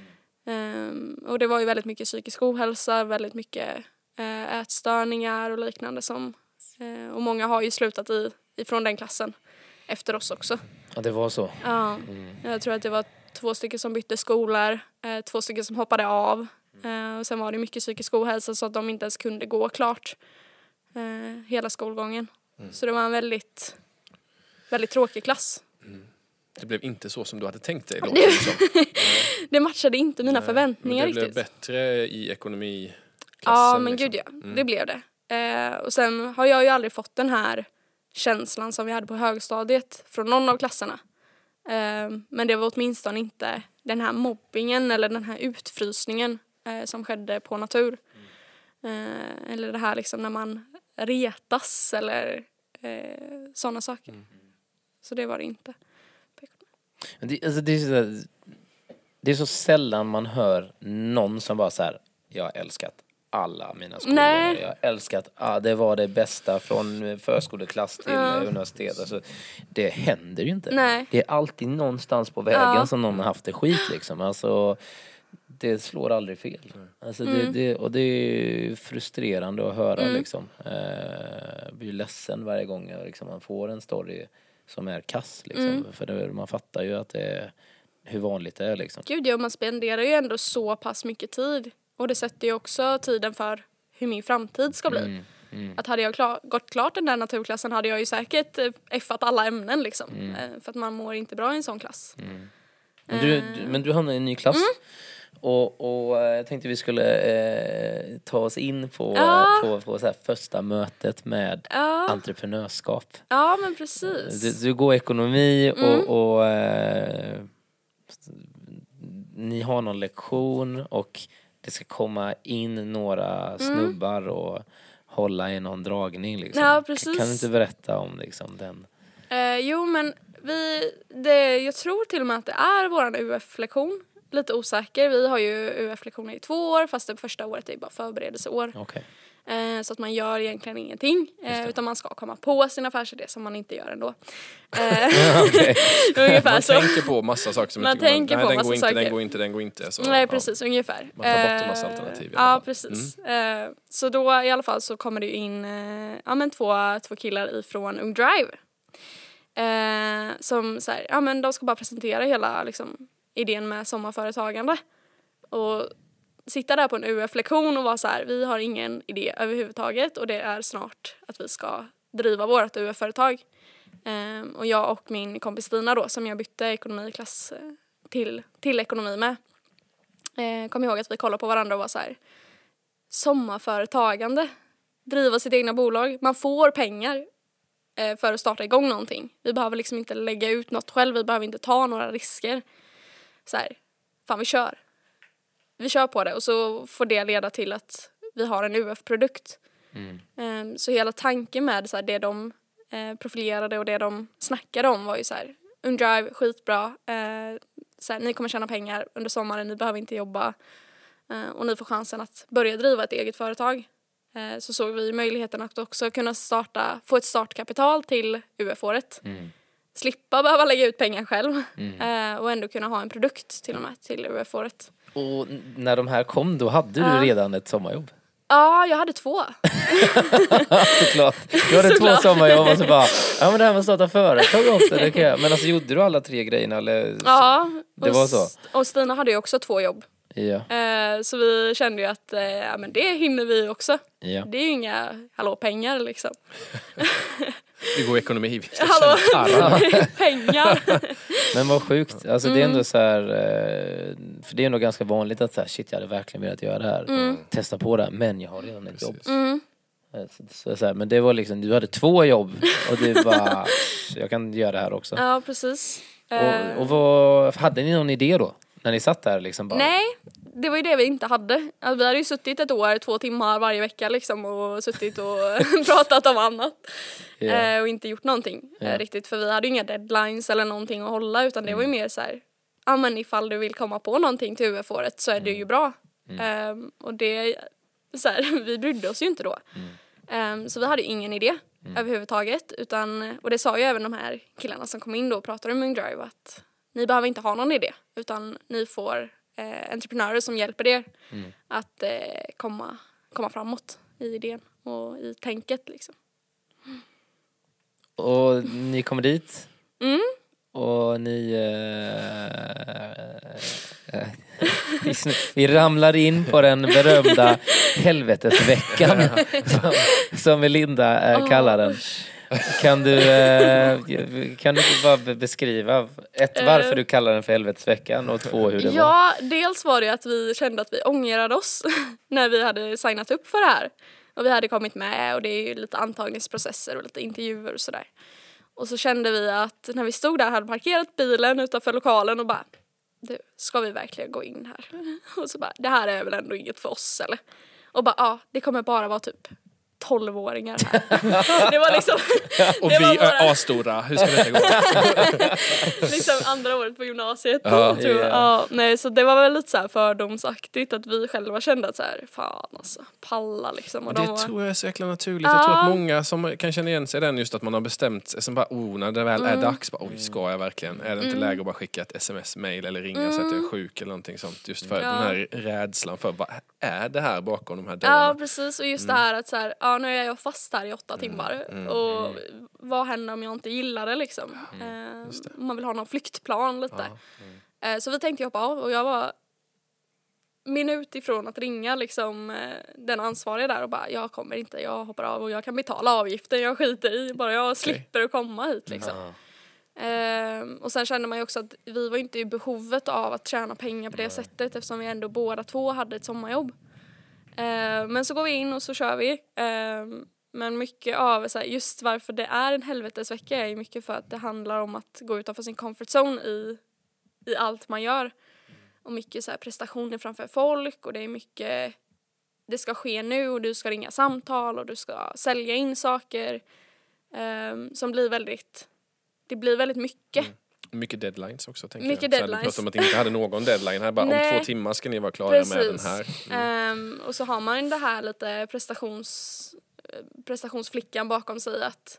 Um, och det var ju väldigt mycket psykisk ohälsa, väldigt mycket uh, ätstörningar och liknande som, uh, och många har ju slutat i, ifrån den klassen efter oss också. Ja, det var så. Ja, Mm. jag tror att det var två stycken som bytte skolor, uh, två stycken som hoppade av, uh, och sen var det mycket psykisk ohälsa så att de inte ens kunde gå klart uh, hela skolgången. Mm. Så det var en väldigt, väldigt tråkig klass. Det blev inte så som du hade tänkt dig då. Det- liksom. Det matchade inte mina Nej, förväntningar men det riktigt. blev bättre i ekonomiklassen. Ja, men liksom. gud ja. Mm. Det blev det. Eh, och sen har jag ju aldrig fått den här känslan som vi hade på högstadiet från någon av klasserna. Eh, men det var åtminstone inte den här mobbingen eller den här utfrysningen eh, som skedde på natur. Eh, eller det här liksom när man retas eller eh, sådana saker. Mm. Så det var det inte. Men det, alltså det, är så, det är så sällan man hör någon som bara så här: jag har älskat alla mina skolor. Nej. Jag har älskat, ah, det var det bästa från förskoleklass till Ja. universitet. Alltså, det händer ju inte. Nej. Det är alltid någonstans på vägen Ja. som någon har haft det skit liksom. Alltså, det slår aldrig fel. Alltså, det, Mm. det, och det är frustrerande att höra Mm. liksom. Eh, jag blir ledsen varje gång jag, liksom, man får en story som är kass liksom. Mm. För det, man fattar ju att det är hur vanligt det är liksom. Gud, ja, man spenderar ju ändå så pass mycket tid. Och det sätter ju också tiden för hur min framtid ska bli. Mm, mm, Att hade jag klar, gått klart den där naturklassen hade jag ju säkert eh, effat alla ämnen liksom. Mm. Eh, för att man mår inte bra i en sån klass. mm. Men, du, Eh. du, men du hamnade i en ny klass. Mm. Och, och eh, jag tänkte vi skulle eh, ta oss in på, Ja. eh, på, på så här första mötet med Ja, entreprenörskap. ja men precis. Du, du går ekonomi och, Mm. och eh, ni har någon lektion och det ska komma in några snubbar och hålla i någon dragning liksom. Ja, precis. Kan du inte berätta om liksom den? Eh, jo, men vi, det, jag tror till och med att det är våran U F-lektion. Lite osäker. Vi har ju U F-lektioner i två år, fast det första året är bara förberedelseår. Okej. Eh, så att man gör egentligen ingenting. Eh, utan man ska komma på sin affärsidé som man inte gör ändå. Eh, Okej. ungefär Man så. tänker på massa saker som Man inte går. tänker Nej, på den massa går inte, saker. den går inte, den går inte. Så, Nej, ja. precis. Ungefär. Man tar bort en massa Eh, alternativ i alla Ja, fall. precis. Eh, så då i alla fall så kommer det ju in eh, ja, men två, två killar ifrån Ung Drive. Eh, som så här, ja men de ska bara presentera hela liksom, idén med sommarföretagande. Och sitta där på en U F-lektion och vara så här, vi har ingen idé överhuvudtaget och det är snart att vi ska driva vårt U F-företag. Eh, och jag och min kompis Stina då, som jag bytte ekonomiklass eh, till, till ekonomi med. Eh, kom ihåg att vi kollade på varandra och var så här, sommarföretagande, driva sitt egna bolag, man får pengar eh, för att starta igång någonting. Vi behöver liksom inte lägga ut något själv, vi behöver inte ta några risker. Så här, fan vi kör. Vi kör på det och så får det leda till att vi har en U F-produkt. Mm. Eh, så hela tanken med så här, det de eh, profilerade och det de snackade om var ju så här, Ung Drive, skitbra. Eh, så här, ni kommer tjäna pengar under sommaren, ni behöver inte jobba. Eh, och ni får chansen att börja driva ett eget företag. Eh, så såg vi möjligheten att också kunna starta, få ett startkapital till U F-året. Mm. Slippa behöva lägga ut pengar själv. Mm. Eh, och ändå kunna ha en produkt till och med till U F-året. Och n- när de här kom, då hade du Ja. redan ett sommarjobb. Ja, jag hade två. Såklart. Du hade två Såklart. sommarjobb och så bara, ja men det här med att starta företag också, det kan jag. Men alltså gjorde du alla tre grejerna eller? Ja. Det och var så? S- Och Stina hade ju också två jobb. Ja. Eh, så vi kände ju att eh, ja, men det hinner vi också. Ja. Det är ju inga hallå pengar liksom. Det går ekonomi. Vi ska Hallå, tjäna pengar. Men vad sjukt. Alltså det är Mm. ändå så här, eh, för det är ändå ganska vanligt att så här, shit, jag hade verkligen velat göra det här. Mm. Testa på det här, men jag har redan ett jobb. Mm. Eh, Så, så, så här, men det var liksom, du hade två jobb och du bara, jag kan göra det här också. Ja, precis. Eh, Och, och vad, hade ni någon idé då? När ni satt där liksom bara? Nej, det var ju det vi inte hade. Alltså, vi hade ju suttit ett år, två timmar varje vecka liksom och suttit och pratat om annat. Ja. Eh, och inte gjort någonting Ja. eh, riktigt. För vi hade ju inga deadlines eller någonting att hålla. Utan det var ju mer så här, ja men ifall du vill komma på någonting till U F-året så är det ju bra. Eh, och det, så här, vi brydde oss ju inte då. Eh, så vi hade ju ingen idé överhuvudtaget. Utan, och det sa ju även de här killarna som kom in då och pratade om Young Drive att ni behöver inte ha någon idé. Utan ni får eh, entreprenörer som hjälper er att eh, komma, komma framåt i idén och i tänket liksom. Och ni kommer dit Mm. och ni eh, eh, vi, sn- vi ramlar in på den berömda helvetesveckan som, som Melinda eh, kallar den. Kan du eh, kan du bara be- beskriva ett, varför du kallar den för helvetesveckan och två hur det var? Ja, dels var det att vi kände att vi ångrade oss när vi hade signat upp för det här. Och vi hade kommit med och det är ju lite antagningsprocesser och lite intervjuer och sådär. Och så kände vi att när vi stod där hade parkerat bilen utanför lokalen och bara, du, ska vi verkligen gå in här? Och så bara, det här är väl ändå inget för oss eller? Och bara, ja, det kommer bara vara typ tolvåringar här. Det var liksom... Och det vi var bara- är asstora. Hur ska det gå? liksom andra året på gymnasiet. Ja. tror jag. Ja. Ja, nej, så det var väl lite så här fördomsaktigt att vi själva kände att så här, fan alltså, palla liksom. Och Det de var, tror jag är så jäkla naturligt. Jag tror Ja. att många som kan känna igen sig i den just att man har bestämt sig som bara, oh, när det väl är Mm. dags, bara, oj, ska jag verkligen? Är det inte läge att bara skicka ett sms, mail eller ringa så att jag är sjuk eller någonting sånt? Just för Ja. den här rädslan för, vad är det här bakom de här ja, dörrarna? precis. Och just det här att så här, ja, nu är jag fast här i åtta timmar. Och vad händer om jag inte gillar det liksom? Eh, om man vill ha någon flyktplan lite. Eh, så vi tänkte hoppa av och jag var minut ifrån att ringa liksom eh, den ansvariga där och bara, jag kommer inte, jag hoppar av och jag kan betala avgiften, jag skiter i, bara jag slipper att komma hit liksom. Ja. Ehm, och sen kände man ju också att vi var inte i behovet av att tjäna pengar på det sättet eftersom vi ändå båda två hade ett sommarjobb. Ehm, men så går vi in och så kör vi. Ehm, men mycket av så här, just varför det är en helvetesvecka är ju mycket för att det handlar om att gå utanför sin comfort zone i, i allt man gör. Och mycket så här, prestationer framför folk och det är mycket, det ska ske nu och du ska ringa samtal och du ska sälja in saker ehm, som blir väldigt, det blir väldigt mycket. Mycket deadlines också, tänker Mycket jag. Så här, du deadlines. pratade om att ni inte hade någon deadline här. Bara, om Nej. två timmar ska ni vara klara med den Precis. här. Ehm, och så har man det här lite prestations, eh, prestationsflickan bakom sig att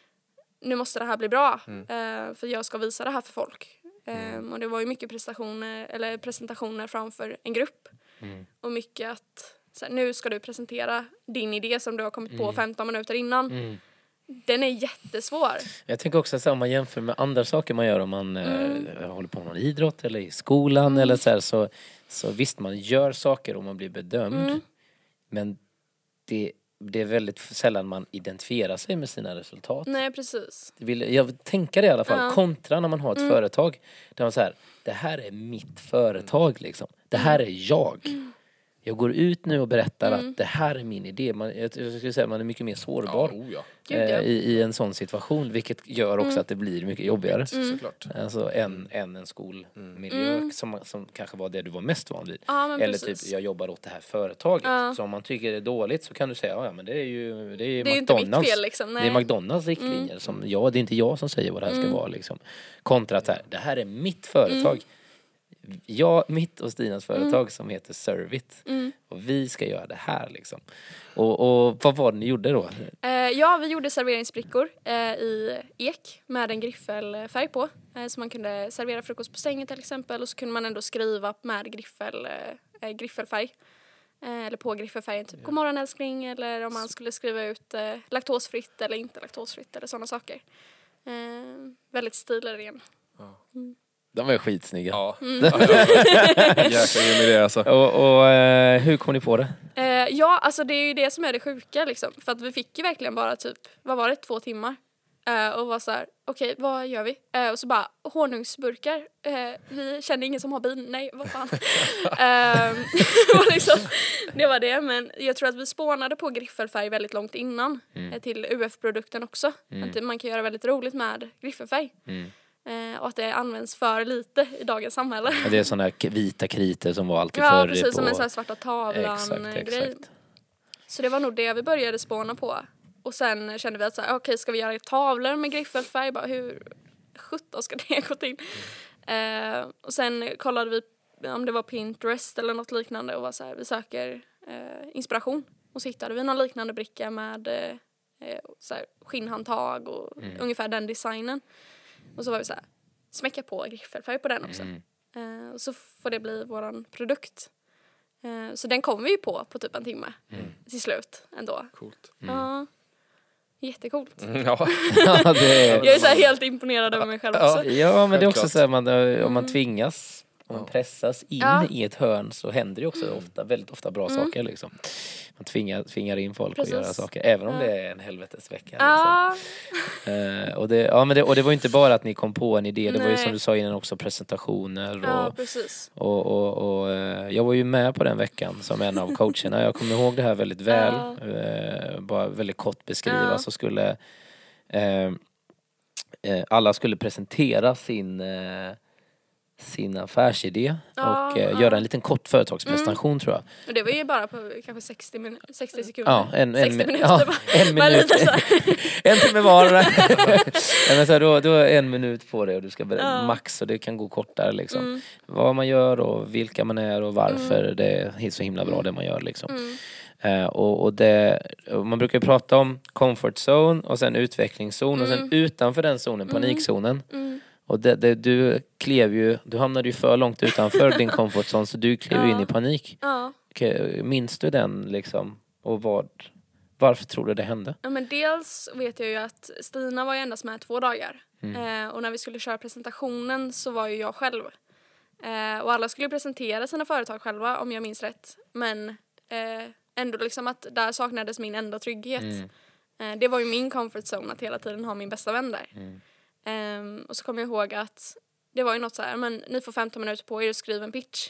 nu måste det här bli bra eh, för jag ska visa det här för folk. Ehm, och det var ju mycket prestationer eller presentationer framför en grupp och mycket att så här, nu ska du presentera din idé som du har kommit på femton minuter innan. Den är jättesvår. Jag tänker också så här, om man jämför med andra saker man gör om man eh, håller på med någon idrott eller i skolan eller så här, så, så visst, man gör saker och man blir bedömd. Men det, det är väldigt sällan man identifierar sig med sina resultat. Nej, precis. Det vill, jag tänker det i alla fall, Ja. kontra när man har ett företag där man så här, det här är mitt företag liksom. Det här är jag. Jag går ut nu och berättar att det här är min idé. Man, jag skulle säga att man är mycket mer sårbar. Ja, oh, ja. Gud, ja. eh, i, i en sån situation, vilket gör också att det blir mycket jobbigare. Såklart. Alltså en, en, en skolmiljö som, som kanske var det du var mest van vid. Ja, men Eller precis. typ, jag jobbar åt det här företaget. Ja. Så om man tycker det är dåligt så kan du säga, ja men det är ju det är ju Det är ju inte McDonalds. mitt fel, liksom. Det är Nej. McDonalds riktlinjer som, ja, det är inte jag som säger vad det här ska vara liksom. Kontra att så här, det här är mitt företag. Jag, mitt och Stinas företag som heter Servit. Och vi ska göra det här liksom. Och, och vad var det ni gjorde då? Eh, ja, vi gjorde serveringsbrickor eh, i ek med en griffelfärg på. Eh, så man kunde servera frukost på stängen till exempel. Och så kunde man ändå skriva med griffel, eh, griffelfärg. Eh, eller på griffelfärgen typ god morgon älskling. Eller om man skulle skriva ut eh, laktosfritt eller inte laktosfritt eller sådana saker. Eh, väldigt stilren. De är skitsnygga. Ja. Mm. Jäkla grym idé alltså. Och, och eh, hur kom ni på det? Eh, ja, alltså det är ju det som är det sjuka liksom. För att vi fick ju verkligen bara typ, vad var det, två timmar. Eh, och var så här, okej, okay, vad gör vi? Eh, och så bara, honungsburkar. Eh, vi känner ingen som har bin. Nej, vad fan. eh, och liksom, det var det. Men jag tror att vi spånade på griffelfärg väldigt långt innan. Mm. Eh, till U F-produkten också. Mm. Att man kan göra väldigt roligt med griffelfärg. Mm. Eh, och att det används för lite i dagens samhälle. Ja, det är sådana här vita kriter som var alltid Ja, förr. precis, på... som en sån här svarta tavlan-grej. Exakt, exakt. Så det var nog det vi började spåna på. Och sen kände vi att så här, okej, okay, ska vi göra tavlor med griffelfärg? Bara, hur sjutton ska det gå till? Eh, och sen kollade vi om det var Pinterest eller något liknande och var så här, vi söker eh, inspiration. Och så hittade vi någon liknande bricka med eh, så här, skinnhandtag och Mm. ungefär den designen. Och så var vi så här, smäcka på griffelfärg på den också. Mm. Eh, och så får det bli våran produkt. Eh, så den kom vi ju på på typ en timme Mm. till slut ändå. Coolt. Ja, jättecoolt. Mm, ja. Ja, det är... Jag är så här helt imponerad över mig själv också. Ja, men det är också Självklart. så här, man, om man Mm. tvingas, om man pressas in Ja. i ett hörn så händer det också ofta, väldigt ofta bra Mm. saker liksom. Man tvingar, tvingar in folk Precis. att göra saker, även om Ja. det är en helvetesvecka. Liksom. Ja, Eh, och, det, ja, men det, och det var ju inte bara att ni kom på en idé, det var ju Nej. som du sa innan också presentationer ja, och, precis. och, och, och eh, jag var ju med på den veckan som en av coacherna. Jag kommer ihåg det här väldigt väl. Ja. Eh, bara väldigt kort beskriva Ja. så skulle eh, eh, alla skulle presentera sin eh, sin affärsidé Ja, och eh, ja. göra en liten kort företagspresentation tror jag. Och det var ju bara på kanske sextio, min- sextio sekunder. Ja, en, en, sextio min- minuter ja, bara. en Bara minut. lite så här. En timme var. Nej, men så här, då, då är en minut på det och du ska berätta Ja. max och det kan gå kortare liksom. Mm. Vad man gör och vilka man är och varför det är så himla bra det man gör liksom. Mm. Eh, och, och det, och man brukar ju prata om comfort zone och sen utvecklingszon och sen Mm. utanför den zonen, panikzonen. Mm. Och det, det, du klev ju, du hamnade ju för långt utanför din comfort zone så du klev Ja. in i panik. Ja. Okej, minns du den liksom? Och vad, varför tror du det hände? Ja, men dels vet jag ju att Stina var ju endast med två dagar. Mm. Eh, och när vi skulle köra presentationen så var ju jag själv. Eh, och alla skulle presentera sina företag själva om jag minns rätt. Men eh, ändå liksom att där saknades min enda trygghet. Mm. Eh, det var ju min comfort zone att hela tiden ha min bästa vän där. Mm. Eh, och så kommer jag ihåg att det var ju något så här, men ni får femton minuter på er att skriva en pitch.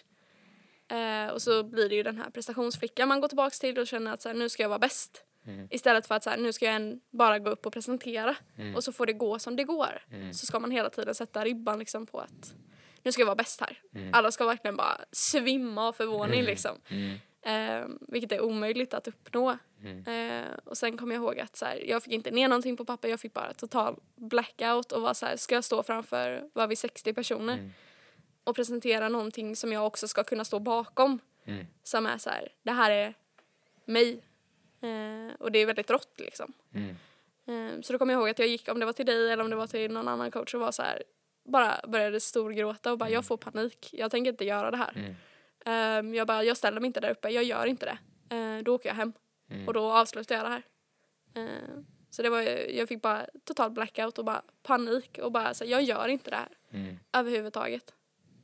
Eh, och så blir det ju den här prestationsflickan man går tillbaka till och känner att så här, nu ska jag vara bäst. Mm. Istället för att så här, nu ska jag en, bara gå upp och presentera. Mm. Och så får det gå som det går. Mm. Så ska man hela tiden sätta ribban liksom på att nu ska jag vara bäst här. Mm. Alla ska verkligen bara svimma av förvåning Mm. liksom. Mm. Eh, vilket är omöjligt att uppnå. Mm. Eh, och sen kom jag ihåg att så här, jag fick inte ner någonting på papper. Jag fick bara total blackout och var så här, ska jag stå framför, var vi sextio personer. Mm. Och presentera någonting som jag också ska kunna stå bakom. Mm. Som är så här, det här är mig. Eh, och det är väldigt rått liksom. Mm. Eh, så då kommer jag ihåg att jag gick, om det var till dig eller om det var till någon annan coach och var så här, bara började storgråta och bara, jag får panik. Jag tänker inte göra det här. Mm. Eh, jag bara, jag ställer mig inte där uppe, jag gör inte det. Eh, då åker jag hem. Mm. Och då avslutar jag det här. Eh, så det var, jag fick bara total blackout och bara panik och bara så här, jag gör inte det här. Mm. Överhuvudtaget.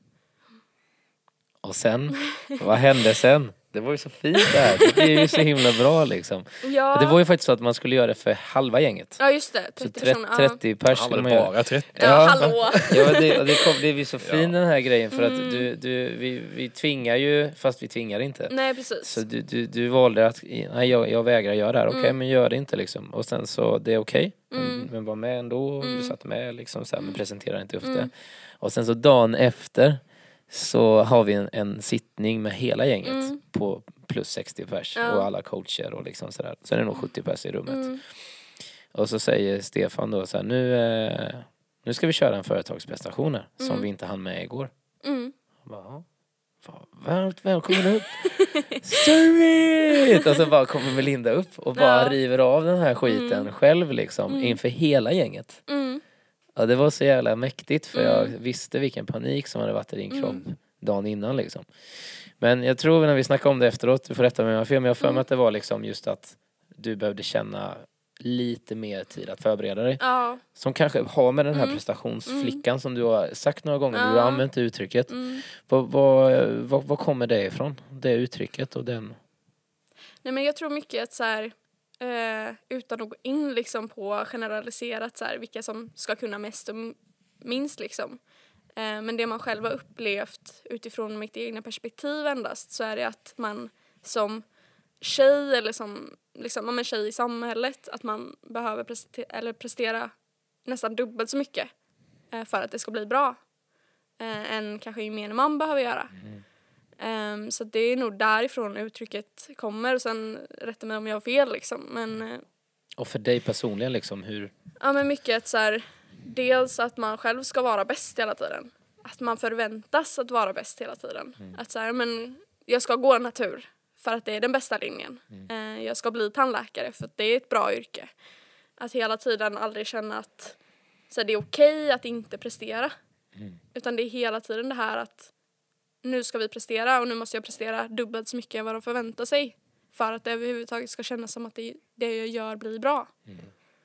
Och sen, vad hände sen? Det var ju så fint där. Det blev ju så himla bra liksom. Ja, Det var ju faktiskt så att man skulle göra det för halva gänget. ja just det, Så trettio trettio, personer. trettio pers Han skulle var man göra. bara trettio. Ja, Ja. hallå. Ja, det, och det, kom, det blir så fin Ja. den här grejen för att Mm. du, du, vi, vi tvingar ju, fast vi tvingar inte. Nej, precis. Så du, du, du valde att, nej jag, jag vägrar göra det här, okej Mm. men gör det inte liksom. Och sen så, det är okej, Mm. men, men var med ändå, Mm. du satt med liksom så här, men presenterar inte upp Mm. det. Och sen så dagen efter så har vi en, en sittning med hela gänget Mm. på plus sextio pers Ja. och alla coacher och liksom sådär. Sen är det nog sjuttio pers i rummet. Mm. Och så säger Stefan då så här, nu, eh, nu ska vi köra en företagsprestation här, som Mm. vi inte hann med igår. Mm. Jag bara, "Ja, fan, varmt välkommen upp. Servit! Och så bara kommer Melinda upp och bara Ja. river av den här skiten Mm. själv liksom, Mm. inför hela gänget. Mm. Ja, det var så jävla mäktigt för jag Mm. visste vilken panik som hade varit i din kropp Mm. dagen innan liksom. Men jag tror när vi snackade om det efteråt, du får rätta mig om jag har fel, men jag har för mig Mm. att det var liksom just att du behövde känna lite mer tid att förbereda dig. Ja. Som kanske har med den här Mm. prestationsflickan mm. som du har sagt några gånger. Ja. Du har använt det uttrycket. Mm. Vad, vad, vad, vad kommer det ifrån? Det uttrycket och den... Nej, men jag tror mycket att så här, eh, utan att gå in liksom på generaliserat så här, vilka som ska kunna mest och minst liksom. Eh, men det man själv har upplevt utifrån mitt egna perspektiv endast, så är det att man som tjej eller som liksom, om en tjej i samhället, att man behöver prestera, eller prestera nästan dubbelt så mycket eh, för att det ska bli bra eh, än kanske gemene man behöver göra. Mm. Um, så det är nog därifrån uttrycket kommer, och sen rätta mig om jag har fel liksom. Men, uh, och för dig personligen liksom, hur? Ja, men mycket att så här, dels att man själv ska vara bäst hela tiden. Att man förväntas att vara bäst hela tiden. Mm. Att så här, men jag ska gå natur för att det är den bästa linjen. Mm. Uh, jag ska bli tandläkare för att det är ett bra yrke. Att hela tiden aldrig känna att så här, det är okej att inte prestera. Mm. Utan det är hela tiden det här att nu ska vi prestera och nu måste jag prestera dubbelt så mycket än vad de förväntar sig. För att det överhuvudtaget ska kännas som att det, det jag gör blir bra. Mm.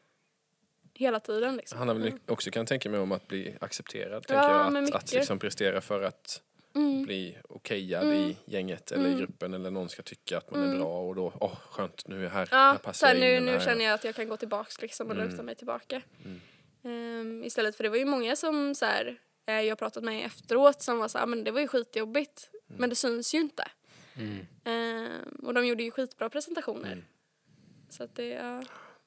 Hela tiden liksom. Han har väl också kan tänka mig om att bli accepterad. Ja, tänker jag. Att, att liksom prestera för att mm. bli okejad mm. i gänget eller mm. i gruppen. Eller någon ska tycka att man mm. är bra och då, åh oh, skönt, nu är jag här. Ja, här passar så här, jag in nu, nu här. känner jag att jag kan gå tillbaks liksom och mm. luta mig tillbaka. Mm. Um, istället för det var ju många som så här, jag har pratat med efteråt som var så här, men det var ju skitjobbigt. Mm. Men det syns ju inte. Mm. Uh, och de gjorde ju skitbra presentationer. Mm. Så att det, ja.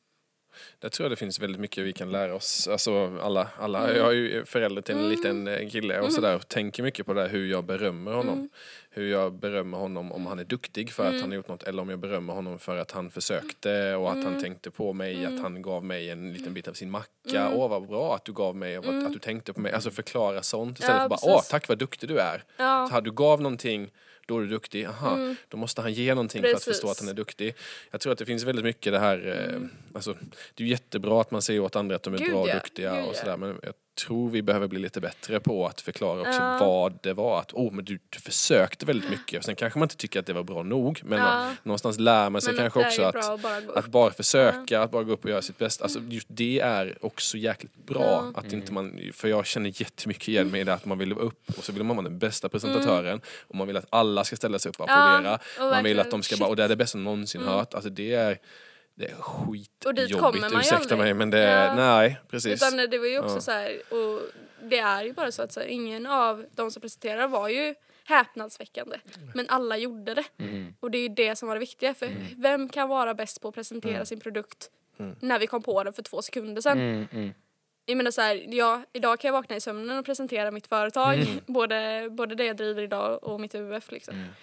Där tror jag det finns väldigt mycket vi kan lära oss. Alltså alla, alla mm. jag är ju förälder till en mm. liten kille och mm. sådär. Och tänker mycket på det här, hur jag berömmer honom. Mm. Hur jag berömmer honom om han är duktig för mm. att han har gjort något. Eller om jag berömmer honom för att han försökte och att mm. han tänkte på mig. Mm. Att han gav mig en liten bit av sin macka. Mm. Åh, vad bra att du gav mig och mm. att du tänkte på mig. Alltså förklara sånt. Istället ja, för bara, åh, tack vad duktig du är. Ja. Så här, du gav någonting, då är du duktig. Aha, mm. då måste han ge någonting Precis. för att förstå att han är duktig. Jag tror att det finns väldigt mycket det här, mm. eh, alltså, det är ju jättebra att man säger åt andra att de är Gud, bra och ja. duktiga Gud, och sådär. ja. Men jag tror vi behöver bli lite bättre på att förklara också ja. vad det var. Att, oh, men du, du försökte väldigt mycket. Sen kanske man inte tycker att det var bra nog. Men ja. man, någonstans lär man sig men kanske också att, att, bara att bara försöka, ja. att bara gå upp och göra sitt bästa. Alltså, just det är också jäkligt bra. Ja. Att inte man, för jag känner jättemycket igen mig i det att man vill upp och så vill man vara den bästa presentatören. Mm. Och man vill att alla ska ställa sig upp och applådera. Ja, och man vill att de ska bara, och det är det bästa någonsin mm. hört. Alltså det är Det är skitjobbigt, ursäkta mig, men det är, ja. nej, precis. Utan det var ju också ja. så här, och det är ju bara så att så här, ingen av de som presenterar var ju häpnadsväckande. Mm. Men alla gjorde det. Mm. Och det är ju det som var det viktiga. För mm. vem kan vara bäst på att presentera mm. sin produkt mm. när vi kom på den för två sekunder sedan? Mm. Mm. Jag menar så här, ja, idag kan jag vakna i sömnen och presentera mitt företag. Mm. både, både det jag driver idag och mitt U F liksom. Mm.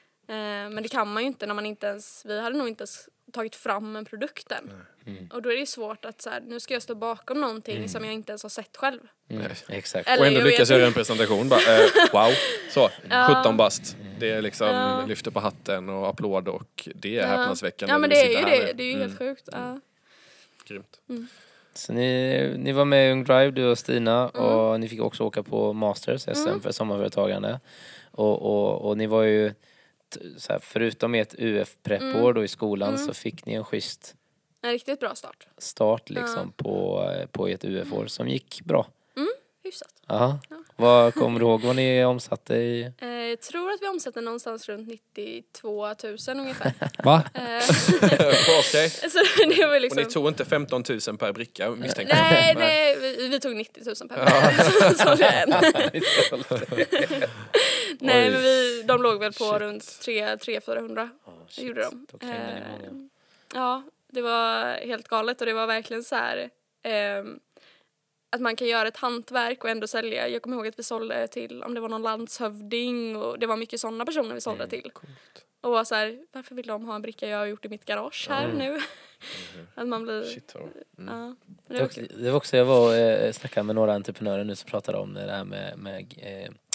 Eh, men det kan man ju inte när man inte ens, vi hade nog inte ens tagit fram en produkt än. Mm. Och då är det ju svårt att så här, nu ska jag stå bakom någonting mm. som jag inte ens har sett själv. Mm. Exakt. Eller och ändå lyckas göra en presentation. Bara, eh, wow, så, ja. sjutton bast. Det är liksom, ja. lyfter på hatten och applåd och det är ja. häpnadsväckande. Ja, men det är ju det. Det är ju mm. helt sjukt. Ja. Mm. Grymt. Mm. Så ni, ni var med i Ung Drive, du och Stina, mm. och ni fick också åka på Masters S M mm. för sommarföretagande. Och, och, och ni var ju så här, förutom ett U F-preppår mm. då i skolan mm. så fick ni en schysst en riktigt bra start. Start liksom ja. på, på ett U F-år som gick bra. Mm, hyfsat. Aha. Ja. Vad kommer du ihåg vad ni omsatte i? Eh, jag tror att vi omsatte någonstans runt nittiotvå tusen ungefär. Va? Okej. Okay. Liksom... Och ni tog inte femton tusen per bricka misstänker jag? Nej, nej, vi, vi tog nittio tusen per bricka. så, så det är Nej, men vi, de låg väl på shit. runt tre till fyrahundra. Oh, det gjorde de. Då krängde ni många. Ja, det var helt galet och det var verkligen så här eh, att man kan göra ett hantverk och ändå sälja. Jag kommer ihåg att vi sålde till, om det var någon landshövding och det var mycket sådana personer vi sålde mm, till. Coolt. Och var så här, varför vill de ha en bricka jag har gjort i mitt garage här mm. nu? Mm. Att man blir... Shit, mm. ja, det, var också, det var också, jag var och eh, snackade med några entreprenörer nu som pratade om det här med, med eh,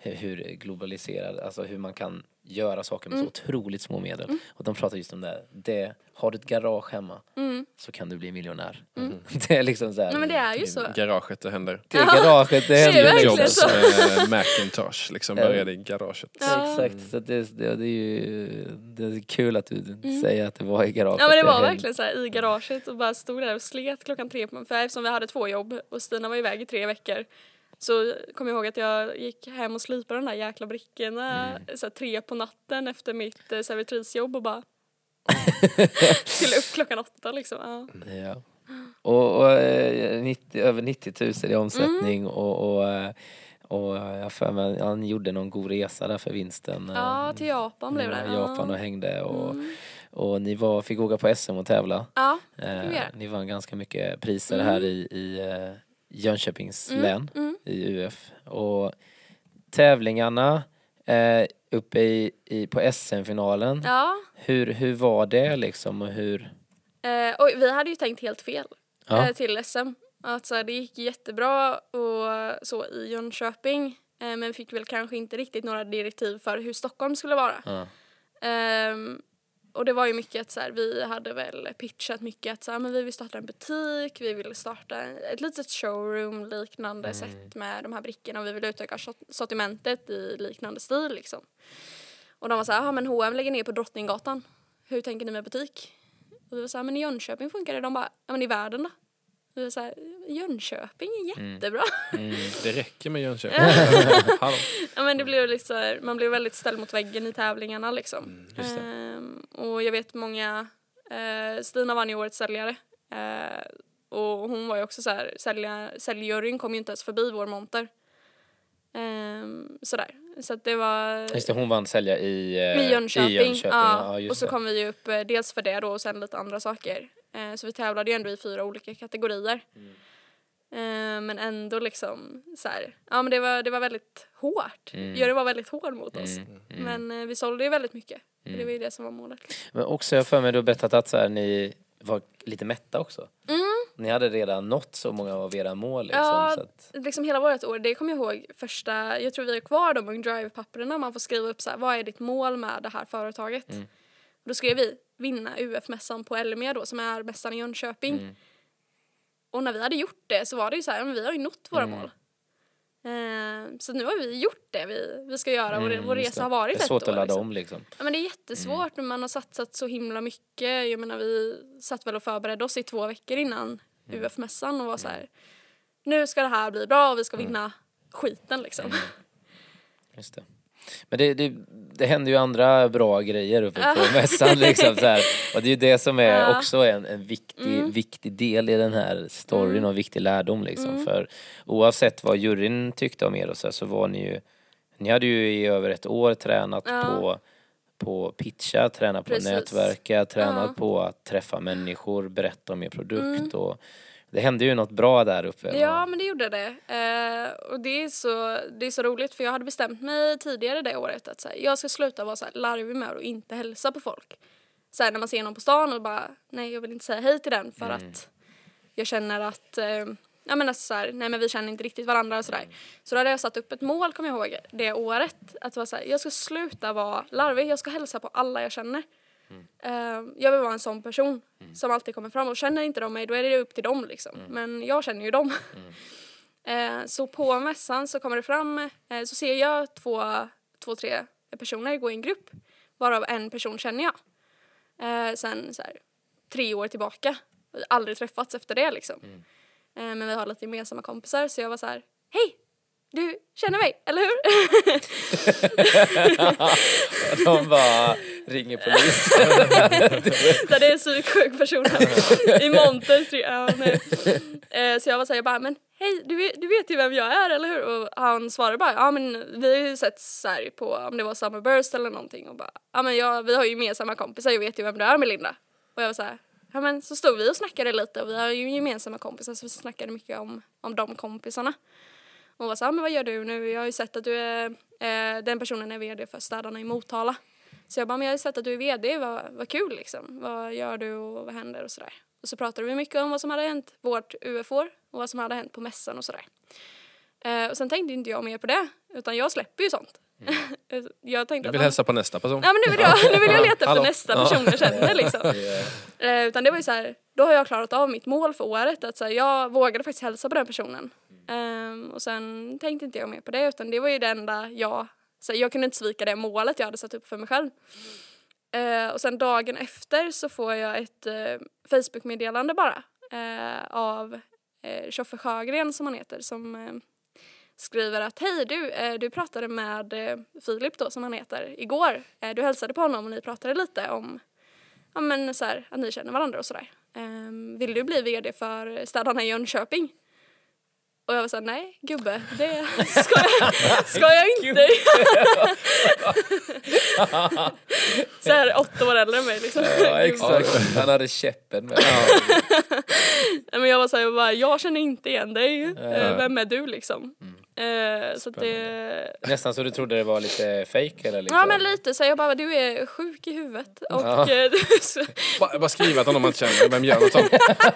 hur, hur globaliserad, alltså hur man kan göra saker med Mm. så otroligt små medel. Mm. Och de pratar just om det, det. Har du ett garage hemma Mm. så kan du bli miljonär. Mm. Det är liksom så här. Nej, men det är ju så. Garaget det händer. Det är garaget, det det är händer verkligen liksom. så. Med Macintosh liksom började i garaget. Ja. Exakt, så det, det, det är ju det är kul att du säger att det var i garaget. Ja, men det var hände. verkligen så här i garaget och bara stod där och slet klockan tre på, för eftersom vi hade två jobb och Stina var iväg i tre veckor. Så kom jag ihåg att jag gick hem och slipade de där jäkla brickorna Mm. så här, tre på natten efter mitt eh, servitrisjobb och bara skulle upp klockan åtta liksom. Ja. Ja. Och, och eh, nittio, över nittio tusen i omsättning Mm. och, och, eh, och jag för mig han gjorde någon god resa där för vinsten. Ja, till Japan blev det. Ja, Japan och hängde och, Mm. och ni var, fick åka på S M och tävla. Ja, Eh, vi göra. ni vann ganska mycket priser Mm. här i, i eh, Jönköpings Mm, län mm. i U F. Och tävlingarna eh, uppe i, i, på S M-finalen, Ja, hur, hur var det liksom och hur... eh, och vi hade ju tänkt helt fel Ja. eh, till S M. Att, så här, det gick jättebra och så i Jönköping eh, men vi fick väl kanske inte riktigt några direktiv för hur Stockholm skulle vara. Ja. Ehm, och det var ju mycket att så här, vi hade väl pitchat mycket att så här, men vi vill starta en butik, vi vill starta ett litet showroom liknande sätt med de här brickorna och vi vill utöka sort- sortimentet i liknande stil liksom. Och de var så här, ja men H och M lägger ner på Drottninggatan. Hur tänker ni med butik? Och vi var så här, men i Jönköping funkar det. De bara, ja men i världen då? Vi var så här, Jönköping är jättebra. Mm. Det räcker med Jönköping. Hallå. Ja men det blev lite så här, man blev väldigt ställd mot väggen i tävlingarna liksom. just det. Ehm, och jag vet många, eh, Stina vann ju årets säljare. Eh, och hon var ju också så här, sälja, säljjuryn kom ju inte ens förbi vår monter. Ehm, sådär. Så att det var Just det, hon vann sälja i, eh, i Jönköping. i Jönköping. Ja, Ja, just och så det. kom vi ju upp eh, dels för det då och sen lite andra saker. Eh, så vi tävlade ju ändå i fyra olika kategorier. Mm. Eh, men ändå liksom så här, ja men det var, det var väldigt hårt. Mm. Juryn var väldigt hård mot oss. Mm, mm. Men eh, vi sålde ju väldigt mycket. Mm. Det var ju det som var målet. Men också jag för mig du har berättat att så här, ni var lite mätta också. Mm. Ni hade redan nått så många av era mål liksom, Ja, så att, liksom hela vårt år, det kommer jag ihåg första, jag tror vi är kvar de Ung Drive-papperna, man får skriva upp så här, vad är ditt mål med det här företaget? Mm. Och då skrev vi, vinna U F-mässan på Elmia då, som är mässan i Jönköping. Mm. Och när vi hade gjort det så var det ju så här, men vi har ju nått våra Mm. mål. Eh, så nu har vi gjort det vi, vi ska göra, och Mm, vår just resa det. har varit det är ett svårt år. att ladda liksom. om liksom. Ja, men det är jättesvårt, men man har satsat så himla mycket. Jag menar, vi satt väl och förberedde oss i två veckor innan U F-mässan och var så här, nu ska det här bli bra och vi ska vinna skiten liksom. Just det. Men det, det, det händer ju andra bra grejer uppe på mässan liksom så här. Och det är ju det som är Ja. också en, en viktig, Mm. viktig del i den här storyn Mm. och en viktig lärdom liksom. Mm. För oavsett vad juryn tyckte om er och så, här, så var ni ju, ni hade ju i över ett år tränat Ja. på på pitcha, tränat på Precis. nätverka, tränat Ja. på att träffa människor, berätta om er produkt Mm. och det hände ju något bra där uppe. Ja, men det gjorde det. Eh, och det är, så, det är så roligt, för jag hade bestämt mig tidigare det året att så här, jag ska sluta vara så här larvig med och inte hälsa på folk. Så här, när man ser någon på stan och bara, nej jag vill inte säga hej till den för Mm. att jag känner att, eh, jag menar så här, nej men vi känner inte riktigt varandra och sådär. Så då hade jag satt upp ett mål, kommer jag ihåg, det året. Att vara så här, jag ska sluta vara larvig, jag ska hälsa på alla jag känner. Eh, jag vill vara en sån person som alltid kommer fram, och känner inte de mig, då är det upp till dem liksom. Men jag känner ju dem. Eh, så på mässan så kommer det fram, eh, så ser jag två, två, tre personer gå i en grupp, varav en person känner jag. Eh, sen så här, tre år tillbaka, aldrig träffats efter det liksom. Eh, men vi har lite gemensamma kompisar, så jag var så här, hej! Du känner mig, eller hur? De bara ringer polisen. Där det är en psyksjuk person här i monter. Ja, nej. Eh, så jag var så här, jag bara, men hej, du vet, du vet ju vem jag är, eller hur? Och han svarade bara, ja men vi har ju sett så här på, om det var Summerburst eller någonting, och bara, ja men jag, vi har ju gemensamma kompisar, jag vet ju vem du är, Melinda. Och jag var så här, ja men så stod vi och snackade lite, och vi har ju gemensamma kompisar, så vi snackade mycket om, om de kompisarna. Och var så här, men vad gör du nu? Jag har ju sett att du är, eh, den personen är vd för Städarna i Motala. Så jag bara, men jag har ju sett att du är vd, vad, vad kul liksom. Vad gör du och vad händer och sådär. Och så pratade vi mycket om vad som hade hänt vårt U F-år och vad som hade hänt på mässan och sådär. Eh, och sen tänkte inte jag mer på det, Utan jag släpper ju sånt. Mm. jag tänkte jag vill att, hälsa på nästa person. Ja, men nu vill jag, nu vill jag leta efter Hallå. nästa person jag känner liksom. yeah. uh, utan det var ju så här, då har jag klarat av mitt mål för året. Att så här, jag vågade faktiskt hälsa på den personen. Um, och sen tänkte inte jag mer på det. Utan det var ju det enda jag... Så här, jag kunde inte svika det målet jag hade satt upp för mig själv. Uh, och sen dagen efter så får jag ett uh, Facebook-meddelande bara. Uh, av uh, Tjoffe Sjögren som han heter. Som... Uh, skriver att hej du, eh, du pratade med eh, Filip då som han heter igår. Eh, du hälsade på honom och ni pratade lite om ja, men, så här, att ni känner varandra och sådär. Eh, vill du bli vd för Städarna i Jönköping? Och jag var såhär, nej gubbe, det ska jag, ska jag inte. Så här åtta år äldre än mig liksom. Ja, exakt. Han hade käppen med. Ja. Men jag var såhär, jag, bara, jag känner inte igen dig. Ja. Vem är du liksom? Mm. Uh, så att det... Nästan så du trodde det var lite fake eller liksom. Ja men lite, så jag bara, du är sjuk i huvudet. Och ja. bara, bara skriva att någon man känner, vem gör något sånt?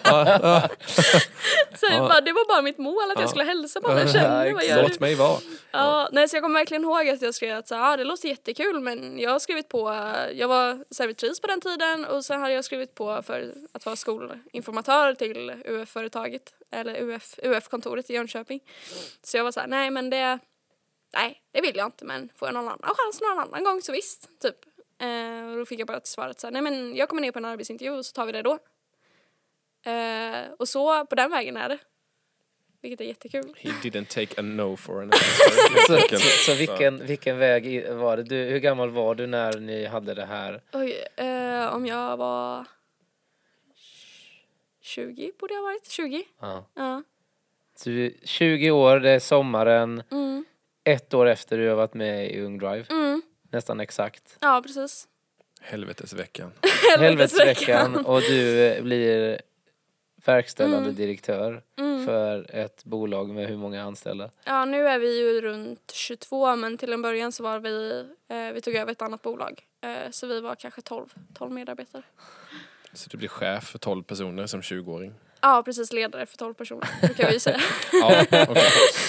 Så jag bara, det var bara mitt mål att jag skulle hälsa på alla jag känner. Vad gör Låt mig vara. Ja, nej, så jag kommer verkligen ihåg att jag skrev att så, ah, det låter jättekul, men jag har skrivit på, jag var servitris på den tiden och sen hade jag skrivit på för att vara skolinformatör till U F-företaget eller U F, U F-kontoret i Jönköping. Så jag var så här, nej men det, nej det vill jag inte, men får jag någon annan chans någon annan gång så visst, typ. Eh, och då fick jag bara till svaret så här, nej men jag kommer ner på en arbetsintervju och så tar vi det då. Eh, och så på den vägen är det. Vilket är jättekul. He didn't take a no for an answer. så, så, så vilken, vilken väg var det? Du, hur gammal var du när ni hade det här? Oj, eh, om jag var tjugo borde jag ha varit. tjugo? Ja. Ja. Så tjugo år, det är sommaren. Mm. Ett år efter du har varit med i Ung Drive. Mm. Nästan exakt. Ja, precis. Helvetesveckan. Helvetesveckan. Och du blir verkställande mm. direktör mm. för ett bolag med hur många anställda? Ja, nu är vi ju runt tjugotvå, men till en början så var vi, eh, vi tog över ett annat bolag. Eh, så vi var kanske tolv, tolv medarbetare. Så du blir chef för tolv personer som tjugoåring? Ja, precis, ledare för tolv personer, det kan vi ju säga. Ja, okay.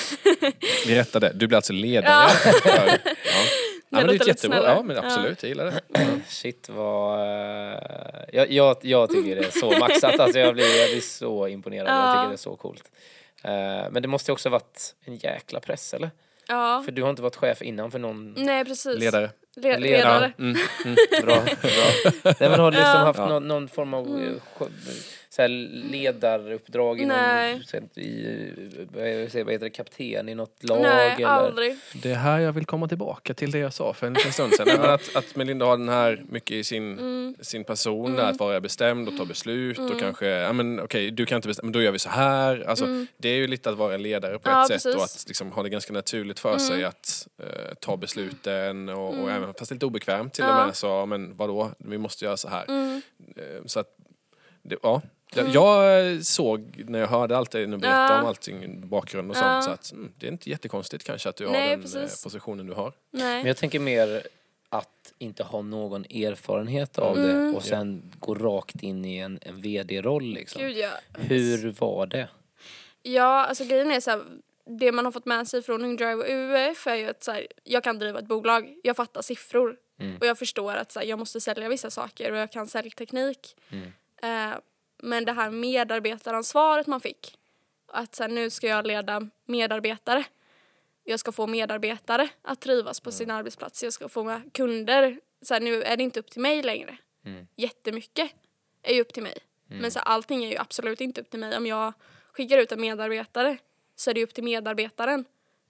Vi rättar det. Du blir alltså ledare. Ja. För, ja. Ja, men det är jättebra. Ja, men absolut, ja. Jag gillar det. Shit, vad... Jag, jag, jag tycker det är så maxat. Alltså, jag, blir, jag blir så imponerad. Ja. Jag tycker det är så coolt. Men det måste också ha varit en jäkla press, eller? Ja. För du har inte varit chef innan för någon... Nej, precis. Ledare. Le- ledare. Ja. Mm, mm. Bra, bra. Nej, men har du liksom ja. haft ja. någon, någon form av mm. så här, ledaruppdrag i Nej. någon, i, vad heter det, kapten i något lag? Nej, eller? aldrig. Det är här jag vill komma tillbaka till det jag sa för en liten stund sedan. att, att Melinda har den här mycket i sin, mm. sin person, mm. att vara bestämd och ta beslut mm. och kanske, ja men okej, okay, du kan inte bestämma, men då gör vi så här. Alltså, mm. det är ju lite att vara ledare på ja, ett precis. sätt och att liksom, ha det ganska naturligt för mm. sig att uh, ta besluten och, mm. och även fast lite obekvämt till ja. och med så, men vadå, vi måste göra så här. Mm. Uh, så att, det, ja. Mm. Jag såg när jag hörde allt det, nu berätta ja. om allting, bakgrund och ja. sånt, så att mm, det är inte jättekonstigt kanske att du Nej, har den precis. positionen du har. Nej. Men jag tänker mer att inte ha någon erfarenhet av mm. det och sen ja. gå rakt in i en, en vd-roll liksom. Gud, ja. Hur var det? Ja, alltså grejen är så här, det man har fått med sig från Ung Drive och U F är ju att så här, jag kan driva ett bolag, jag fattar siffror mm. och jag förstår att så här, jag måste sälja vissa saker och jag kan säljteknik. Mm. Eh, men det här medarbetaransvaret man fick, att så här, nu ska jag leda medarbetare, jag ska få medarbetare att trivas på mm. sin arbetsplats, jag ska få med kunder, så här, nu är det inte upp till mig längre. Mm. Jättemycket är ju upp till mig, mm. men så här, allting är ju absolut inte upp till mig. Om jag skickar ut en medarbetare så är det upp till medarbetaren.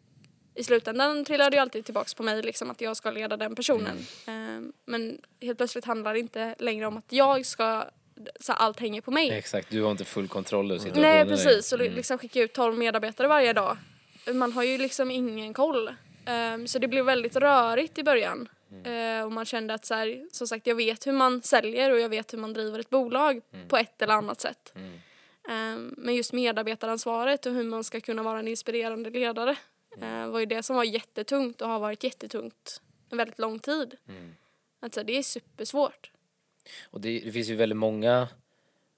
I slutändan trillar det ju alltid tillbaka på mig liksom, att jag ska leda den personen. Mm. Um, men helt plötsligt handlar det inte längre om att jag ska, så allt hänger på mig. Exakt, du har inte full kontroll över situationen. Nej, precis. Så mm. liksom skicka ut tolv medarbetare varje dag. Man har ju liksom ingen koll. Um, så det blev väldigt rörigt i början. Mm. Uh, och man kände att så här, som sagt, jag vet hur man säljer och jag vet hur man driver ett bolag mm. på ett eller annat sätt. Mm. Um, men just medarbetaransvaret och hur man ska kunna vara en inspirerande ledare mm. uh, var ju det som var jättetungt och har varit jättetungt en väldigt lång tid. Mm. Alltså det är supersvårt. Och det, det finns ju väldigt många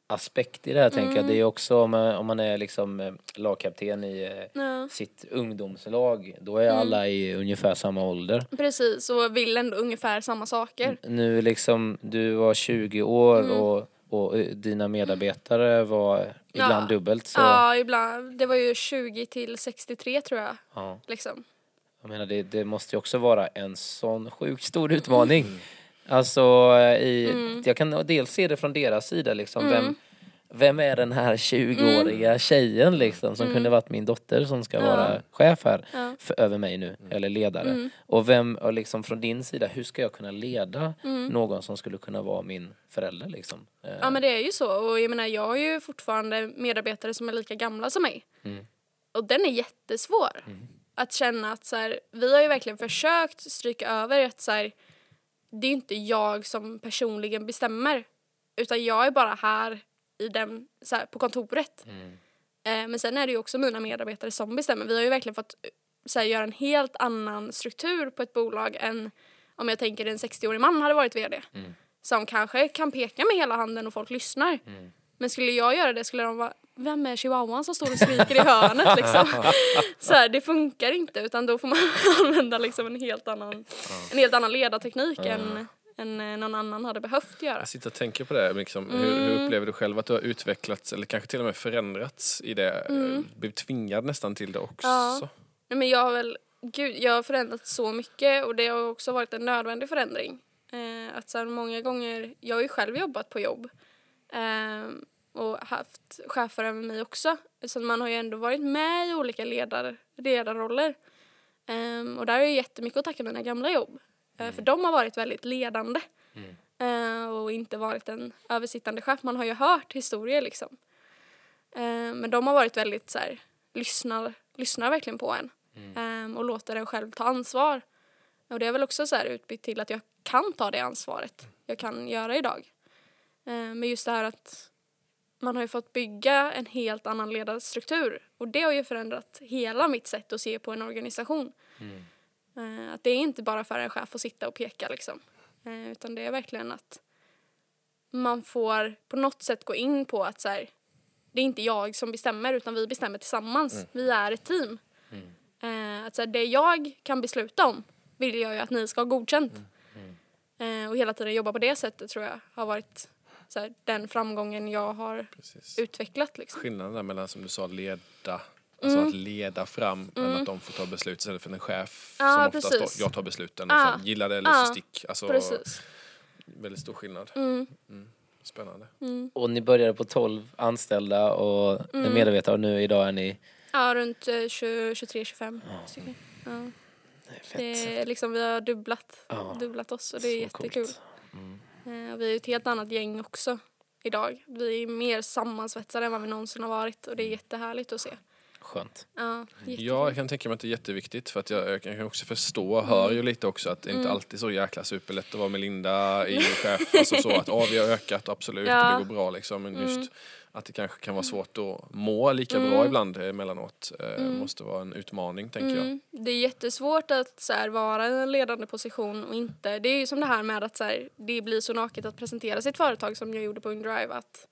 aspekt i det här Mm. tänker jag. Det är också om man, om man är liksom eh, lagkapten i eh, Ja. sitt ungdomslag. Då är alla i ungefär samma ålder. Precis, och vill ändå ungefär samma saker. Nu liksom, du var tjugo år Mm. och, och eh, dina medarbetare var ibland Ja. dubbelt så. Ja, ibland. Det var ju tjugo till sextiotre tror jag. Ja. Liksom. Jag menar, det, det måste ju också vara en sån sjukt stor utmaning. Alltså, i, Mm. jag kan dels se det från deras sida liksom. Vem, vem är den här tjugoåriga tjejen liksom som kunde varit min dotter som ska Mm. Ja. vara chef här Ja. för, över mig nu, eller ledare. Mm. Och vem, och liksom från din sida, hur ska jag kunna leda Mm. någon som skulle kunna vara min förälder liksom? Eh, Ja, men det är ju så. Och jag menar, jag har ju fortfarande medarbetare som är lika gamla som mig. Mm. Och den är jättesvår. Att känna att så här, vi har ju verkligen försökt stryka över att så här, det är inte jag som personligen bestämmer. Utan jag är bara här, i den, så här, på kontoret. Mm. Eh, men sen är det ju också mina medarbetare som bestämmer. Vi har ju verkligen fått så här, göra en helt annan struktur på ett bolag än om jag tänker en sextioårig man hade varit vd. Mm. Som kanske kan peka med hela handen och folk lyssnar. Mm. Men skulle jag göra det skulle de vara, vem är chihuahuan som står och skriker i hörnet liksom? Så här, det funkar inte, utan då får man använda liksom en helt annan, en helt annan ledarteknik än, än eh, någon annan hade behövt göra. Jag sitter och tänker på det. Liksom, hur, hur upplever du själv att du har utvecklats eller kanske till och med förändrats i det? Mm. Blivit tvingad nästan till det också? Ja. Nej, men jag har väl, gud, jag har förändrats så mycket och det har också varit en nödvändig förändring. Eh, att så här, många gånger, jag har ju själv jobbat på jobb. Eh, och haft chefer över mig också. Så man har ju ändå varit med i olika ledar, ledarroller. Um, och där har jag jättemycket att tacka mina gamla jobb. Uh, för de har varit väldigt ledande. Mm. Uh, och inte varit en översittande chef. Man har ju hört historier liksom. Uh, men de har varit väldigt så här, lyssnar, lyssnar verkligen på en. Mm. Um, och låter en själv ta ansvar. Och det är väl också så här utbytt till att jag kan ta det ansvaret. Jag kan göra idag. Uh, men just det här att man har ju fått bygga en helt annan ledarstruktur. Och det har ju förändrat hela mitt sätt att se på en organisation. Mm. Att det är inte bara för en chef att sitta och peka liksom. Utan det är verkligen att man får på något sätt gå in på att så här, det är inte jag som bestämmer utan vi bestämmer tillsammans. Mm. Vi är ett team. Mm. Att så här, det jag kan besluta om vill jag ju att ni ska ha godkänt. Mm. Mm. Och hela tiden jobba på det sättet tror jag har varit så här, den framgången jag har Precis. utvecklat. Liksom. Skillnaden där mellan, som du sa, leda, alltså mm. att leda fram, mm. än att de får ta beslut istället för en chef ja, som oftast precis. då, jag tar besluten ja. och sen gillar det eller ja. så stick. Alltså, precis. väldigt stor skillnad. Mm. Mm. Spännande. Mm. Och ni började på tolv anställda och mm. medarbetare och nu idag är ni? Ja, runt tjugo, tjugotre tjugofem ja. stycken. Ja. Det är fett. Det är liksom, vi har dubblat, ja. dubblat oss och det är så jättekul. Mm. Vi är ett helt annat gäng också idag. Vi är mer sammansvetsade än vad vi någonsin har varit och det är jättehärligt att se. Skönt. Ja, ja, jag kan tänka mig att det är jätteviktigt för att jag, jag kan också förstå och hör ju lite också att det inte mm. alltid är så jäkla superlätt att vara med Linda i chef. Alltså så att ja, vi har ökat, absolut, ja. det går bra liksom. Men just mm. att det kanske kan vara svårt att må lika mm. bra ibland emellanåt eh, mm. måste vara en utmaning, tänker mm. jag. Det är jättesvårt att så här, vara i en ledande position och inte. Det är ju som det här med att så här, det blir så naket att presentera sitt företag som jag gjorde på Ungdrive, att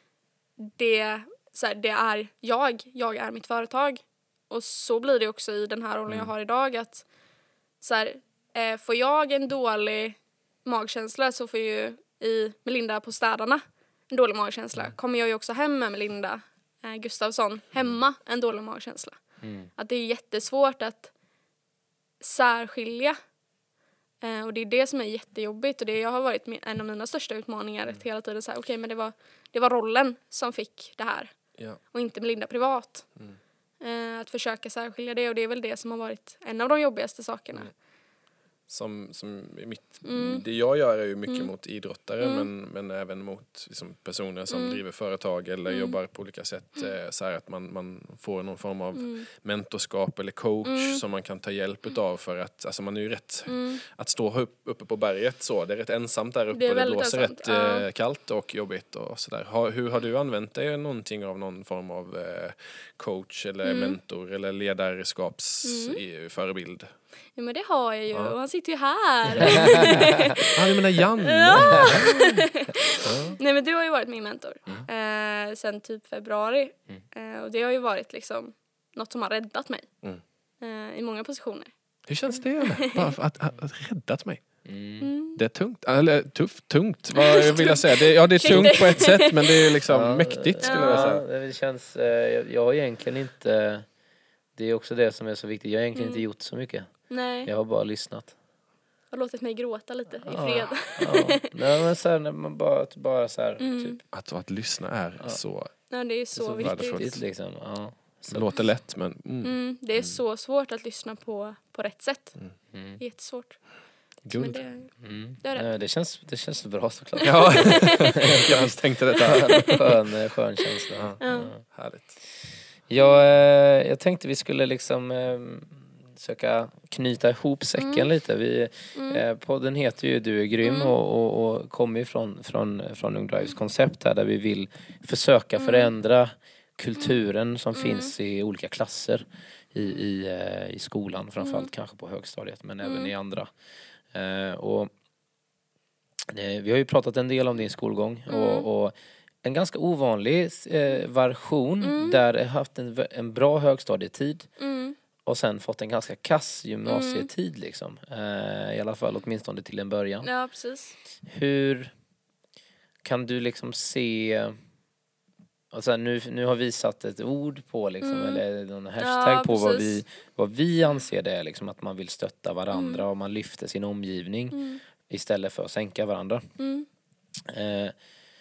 det, så här, det är jag, jag är mitt företag. Och så blir det också i den här rollen mm. jag har idag, att så här, eh, får jag en dålig magkänsla så får ju i Melinda på städarna en dålig magkänsla. Mm. Kommer jag ju också hem med Melinda eh, Gustafsson hemma en dålig magkänsla. Mm. Att det är jättesvårt att särskilja. Eh, och det är det som är jättejobbigt. Och det har varit en av mina största utmaningar. Mm. Att hela tiden säga, okej okay, men det var, det var rollen som fick det här. Ja. Och inte Melinda privat. Mm. Eh, att försöka särskilja det. Och det är väl det som har varit en av de jobbigaste sakerna. Mm. Som, som mitt, mm. det jag gör är ju mycket mm. mot idrottare mm. men, men även mot liksom, personer som mm. driver företag eller mm. jobbar på olika sätt eh, så här att man, man får någon form av mm. mentorskap eller coach mm. som man kan ta hjälp av för att alltså man är ju rätt mm. att stå upp, uppe på berget så, det är rätt ensamt där uppe det och det blåser ensamt. rätt ja. eh, kallt och jobbigt och sådär. Har, hur har du använt dig någonting av någon form av eh, coach eller mm. mentor eller ledarskapsförebild? Mm. Ja, men det har jag ju. Ja. Och han sitter ju här. Ja, du menar Janne? Ja. Nej, men du har ju varit min mentor. Mm. Eh, sen typ februari. Mm. Eh, och det har ju varit liksom något som har räddat mig. Mm. Eh, I många positioner. Hur känns det? Bara att, att, att, att räddat mig? Mm. Det är tungt. Eller tufft, tungt. Vad vill jag säga? Det, ja, det är tungt på ett sätt, men det är liksom ja, mäktigt skulle ja. jag säga. Det känns, jag, jag har egentligen inte, det är också det som är så viktigt. Jag har egentligen mm. inte gjort så mycket. Nej. Jag har bara lyssnat. Och låtit mig gråta lite ja. i fred. Ja. Nej, men så här, när man bara, bara så här, mm. typ. Att, att lyssna är ja. så Ja, det är så, så viktigt. Liksom. Ja. Det låter lätt, men mm. Mm, det är mm. så svårt att lyssna på, på rätt sätt. Mm. Mm. Det är jättesvårt. Guld. Det, mm. det, är det. det, känns, det känns bra såklart. Ja, jag misstänkte detta. skön, skön känsla. Ja. Ja. Ja. Härligt. Jag, jag tänkte vi skulle liksom eh, söka knyta ihop säcken mm. lite. Vi, mm. eh, podden heter ju Du är grym mm. och, och, och kommer ju från, från, från Ung Drives koncept här, där vi vill försöka mm. förändra kulturen som mm. finns i olika klasser i, i, i skolan, framförallt mm. kanske på högstadiet, men mm. även i andra. Uh, och uh, vi har ju pratat en del om din skolgång mm. och, och en ganska ovanlig uh, version mm. där jag haft en, en bra högstadietid mm. och sen fått en ganska kass gymnasietid mm. liksom. Uh, i alla fall åtminstone till en början. Ja, precis. Hur kan du liksom se, alltså nu, nu har vi satt ett ord på liksom, mm. eller någon hashtag ja, på vad vi, vad vi anser det är liksom, att man vill stötta varandra mm. och man lyfter sin omgivning mm. istället för att sänka varandra. Mm. Eh,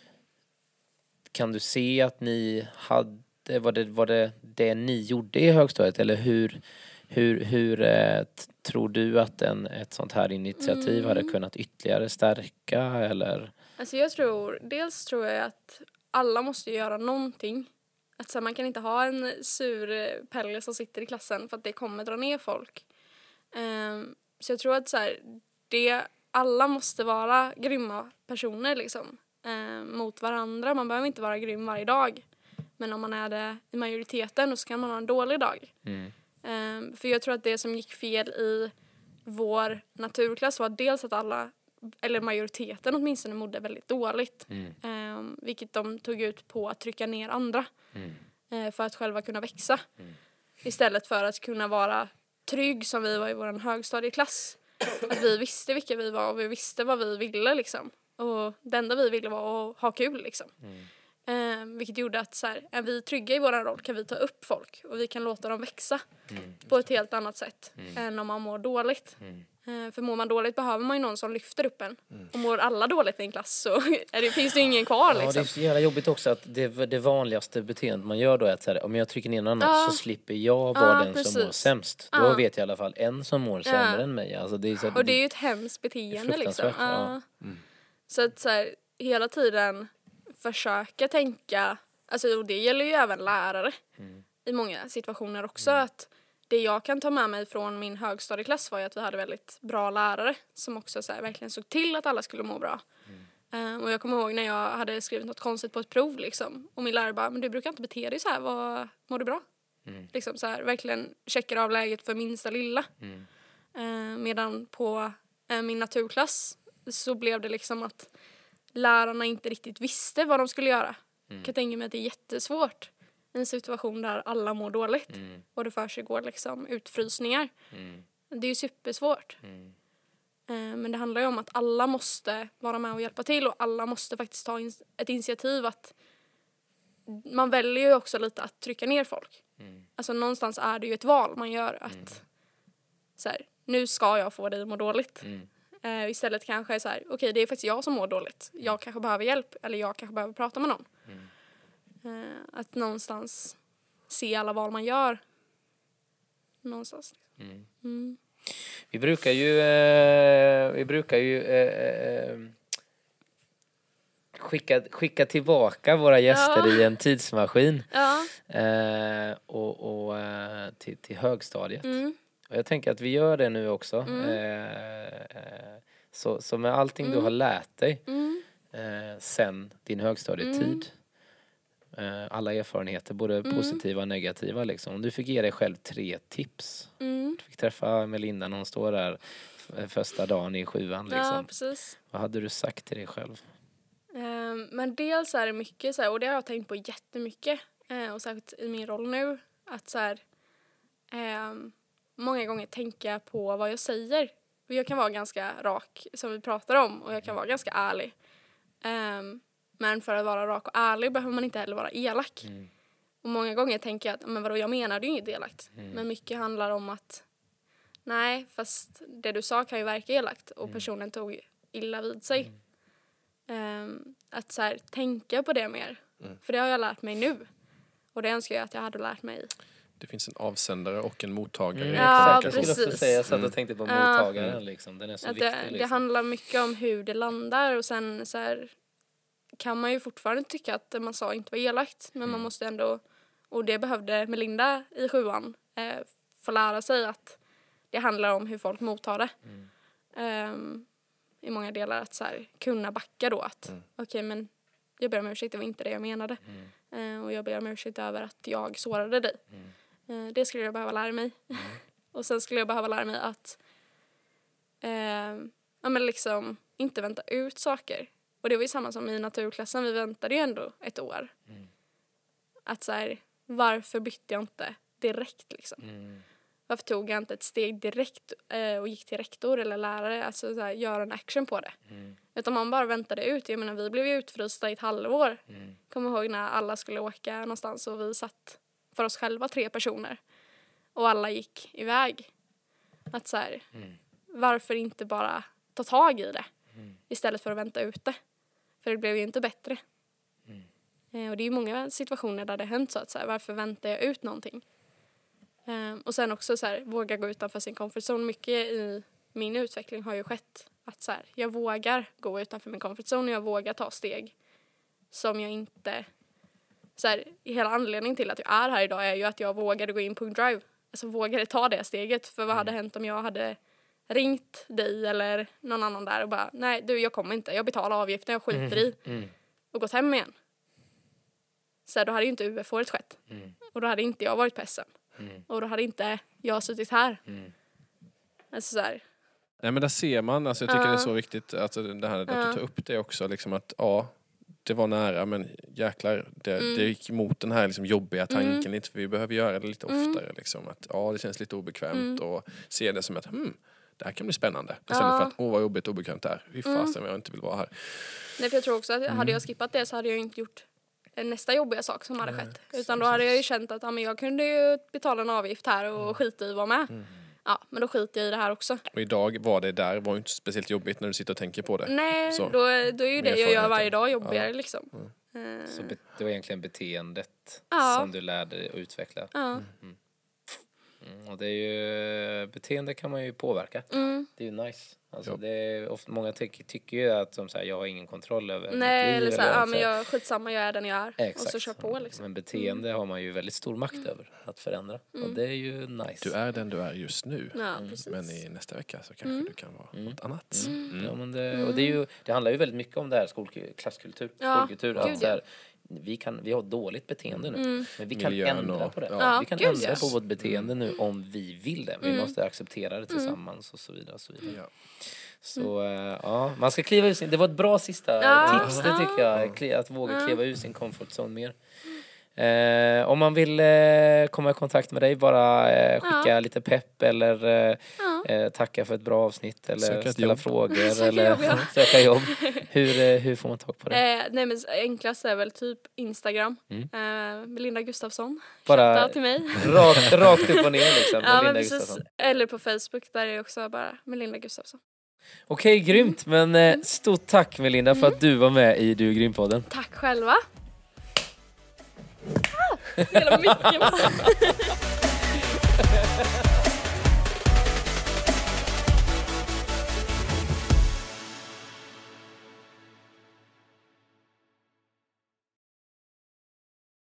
kan du se att ni hade, var det, var det det ni gjorde i högstadiet, eller hur, hur, hur eh, tror du att en, ett sånt här initiativ mm. hade kunnat ytterligare stärka, eller? Alltså jag tror, dels tror jag att alla måste göra någonting. Att så här, man kan inte ha en sur pelle som sitter i klassen för att det kommer dra ner folk. Um, så jag tror att så här, det, alla måste vara grymma personer liksom, um, mot varandra. Man behöver inte vara grym varje dag. Men om man är det i majoriteten, så kan man ha en dålig dag. Mm. Um, för jag tror att det som gick fel i vår naturklass var dels att alla, eller majoriteten åtminstone, mådde väldigt dåligt. Mm. Eh, vilket de tog ut på att trycka ner andra. Mm. Eh, för att själva kunna växa. Mm. Istället för att kunna vara trygg som vi var i vår högstadieklass. Att vi visste vilka vi var och vi visste vad vi ville liksom. Och det enda vi ville var att ha kul liksom. Mm. Eh, vilket gjorde att så här, är vi trygga i vår roll kan vi ta upp folk. Och vi kan låta dem växa. Mm. På ett helt annat sätt. Mm. Än om man mår dåligt. Mm. För mår man dåligt behöver man ju någon som lyfter upp en. Mm. Och mår alla dåligt i en klass så är det, finns det ingen kvar liksom. Ja, det är så jävla jobbigt också att det, det vanligaste beteendet man gör då är att så här, om jag trycker ner någon annan ja. så slipper jag vara ja, den precis. som mår sämst. Då ja. vet jag i alla fall en som mår sämre ja. än mig. Alltså det är så, och det är ju ett hemskt beteende liksom. Ja. Ja. Mm. Så att så här, hela tiden försöka tänka, alltså, och det gäller ju även lärare mm. i många situationer också, mm. att det jag kan ta med mig från min högstadieklass var ju att vi hade väldigt bra lärare som också så här, verkligen såg till att alla skulle må bra. Mm. Uh, och jag kommer ihåg när jag hade skrivit något konstigt på ett prov liksom, och min lärare bara, men du brukar inte bete dig så här, vad, mår du bra? Mm. Liksom så här, verkligen checkar av läget för minsta lilla. Mm. Uh, medan på uh, min naturklass så blev det liksom att lärarna inte riktigt visste vad de skulle göra. Mm. Jag kan tänka mig att det är jättesvårt i en situation där alla mår dåligt. Mm. Och det för sig går liksom utfrysningar. Mm. Det är ju supersvårt. Mm. Eh, men det handlar ju om att alla måste vara med och hjälpa till. Och alla måste faktiskt ta in ett initiativ att man väljer ju också lite att trycka ner folk. Mm. Alltså någonstans är det ju ett val man gör att mm. så här, nu ska jag få dig att må dåligt. Mm. Eh, istället kanske så här, okej okay, det är faktiskt jag som mår dåligt. Jag kanske behöver hjälp eller jag kanske behöver prata med någon. Mm. Uh, att någonstans se alla val man gör. Någonstans. Mm. Mm. Vi brukar ju eh, vi brukar ju eh, eh, skicka, skicka tillbaka våra gäster ja. i en tidsmaskin ja. eh, och, och eh, till, till högstadiet. Mm. Och jag tänker att vi gör det nu också. Mm. Eh, så, så med allting mm. du har lärt dig mm. eh, sen din högstadietid. Mm. Eh, alla erfarenheter, både Mm. positiva och negativa liksom. Om du fick ge dig själv tre tips. Mm. Du fick träffa Melinda när hon står där f- första dagen i sjuan liksom. Ja, precis. Vad hade du sagt till dig själv? Um, men dels är det mycket så här, och det har jag tänkt på jättemycket. Uh, och särskilt i min roll nu. Att så här, um, många gånger tänka på vad jag säger. Och jag kan vara ganska rak, som vi pratar om. Och jag kan vara ganska ärlig. Um, men för att vara rak och ärlig behöver man inte heller vara elak. Mm. Och många gånger tänker jag att men vadå, jag menar det ju inget elakt. Mm. Men mycket handlar om att nej, fast det du sa kan ju verka elakt. Och Mm. personen tog illa vid sig. Um, att så här, tänka på det mer. Mm. För det har jag lärt mig nu. Och det önskar jag att jag hade lärt mig. Det finns en avsändare och en mottagare Mm. i Ja, Exakt, jag skulle också precis. säga, jag satt och Mm. tänkte på Ja. mottagaren liksom. Den är så Att viktig det, liksom. det handlar mycket om hur det landar. Och sen så här, kan man ju fortfarande tycka att det man sa inte var elakt. Men man Mm. måste ändå, och det behövde Melinda i sjuan, eh, få lära sig att det handlar om hur folk mottar det. Mm. Ehm, I många delar att så här, kunna backa då att Mm. okej, men jag ber om ursäkt, det var inte det jag menade. Mm. Eh, och jag ber om ursäkt över att jag sårade dig. Mm. Eh, det skulle jag behöva lära mig. Mm. Och sen skulle jag behöva lära mig att eh, ja, men liksom inte vänta ut saker. Och det var ju samma som i naturklassen, vi väntade ju ändå ett år. Mm. Att så här, varför bytte jag inte direkt liksom? Mm. Varför tog jag inte ett steg direkt eh, och gick till rektor eller lärare, alltså så här, göra en action på det? Mm. Utan man bara väntade ut. Jag menar, vi blev ju utfrysta i ett halvår. Mm. Kommer ihåg när alla skulle åka någonstans och vi satt för oss själva tre personer. Och alla gick iväg. Att så här, Mm. varför inte bara ta tag i det Mm. istället för att vänta ut det? För det blev ju inte bättre. Mm. Eh, och det är ju många situationer där det hänt så att så här, varför väntar jag ut någonting? Eh, och sen också så här, våga gå utanför sin comfort zone. Mycket i min utveckling har ju skett att så här, jag vågar gå utanför min comfort zone och jag vågar ta steg som jag inte... Så här, hela anledningen till att jag är här idag är ju att jag vågade gå in på Drive. Alltså vågade ta det steget. För vad hade hänt om jag hade ringt dig eller någon annan där och bara nej du, jag kommer inte, jag betalar avgiften, jag skiter i Mm. och gått hem igen. Så här, då hade ju inte U F-året skett. Mm. Och då hade inte jag varit pessen. Mm. Och då hade inte jag suttit här. Mm. Alltså så här. Nej, men där ser man, alltså jag tycker Ja. det är så viktigt alltså det här att Ja. du tar upp det också, liksom att ja, det var nära men jäklar, det, Mm. det gick emot den här liksom jobbiga tanken Mm. lite, för vi behöver göra det lite Mm. oftare liksom, att ja, det känns lite obekvämt Mm. och se det som att hmm, det här kan bli spännande. Istället Ja. för att åh vad jobbigt och obekvämt det är. Fy Mm. fasen jag inte vill vara här. Nej, för jag tror också att Mm. hade jag skippat det så hade jag inte gjort nästa jobbiga sak som hade skett. Utan då hade jag ju känt att ja, men jag kunde ju betala en avgift här och skita i att vara med. Mm. Ja, men då skiter jag i det här också. Och idag var det där, var ju inte speciellt jobbigt när du sitter och tänker på det. Nej, Så. då, då är ju Med det jag gör erfarenheten. varje dag jobbigare Ja. liksom. Eh, Så be- det var egentligen beteendet Ja. som du lärde dig att utveckla. ja. Mm, och det är ju, beteende kan man ju påverka. Mm. Det är ju nice. Alltså Ja. det är, ofta, många tycker, tycker ju att som så här, jag har ingen kontroll över Nej, mitt liv. eller så här, ja, så men här. jag, skitsamma, jag är den jag är. Exakt. Och så kör på liksom. Men beteende har man ju väldigt stor makt över att förändra. Och det är ju nice. Du är den du är just nu. Ja, precis. Men i nästa vecka så kanske Mm. du kan vara något annat. Mm. Ja, men det, och det, är ju, det handlar ju väldigt mycket om det här skol, klasskultur. Ja, skolkultur gud, att så ja. här, vi, kan, vi har dåligt beteende nu. Mm. Men vi kan Miljön ändra och- på det. ja. Ja, vi kan gud, ändra ja. på vårt beteende nu om vi vill det. Vi Mm. måste acceptera det tillsammans och så vidare. Och så vidare. Ja. Så äh, ja, man ska kliva ur sin... Det var ett bra sista Ja, tips, det ja. tycker jag. Kli- Att våga Ja. kliva ur sin comfort zone mer. Eh, om man vill eh, komma i kontakt med dig, bara eh, skicka Ja. lite pepp eller eh, Ja. eh, tacka för ett bra avsnitt eller Söka ett ställa jobb. frågor Söka eller jobb, ja. söka jobb. Hur, eh, hur får man tag på det? Eh, nej men enklast är väl typ Instagram. Mm. Eh, Melinda Gustafsson. Bara Shoutout till mig. rakt, rakt upp och ner liksom. Ja, med men Linda precis. Gustafsson. Eller på Facebook, där är det också bara Melinda Gustafsson. Okej, grymt. Men eh, stort tack Melinda för att du var med i Du är grym-podden. Tack själva. Ah, hela micken.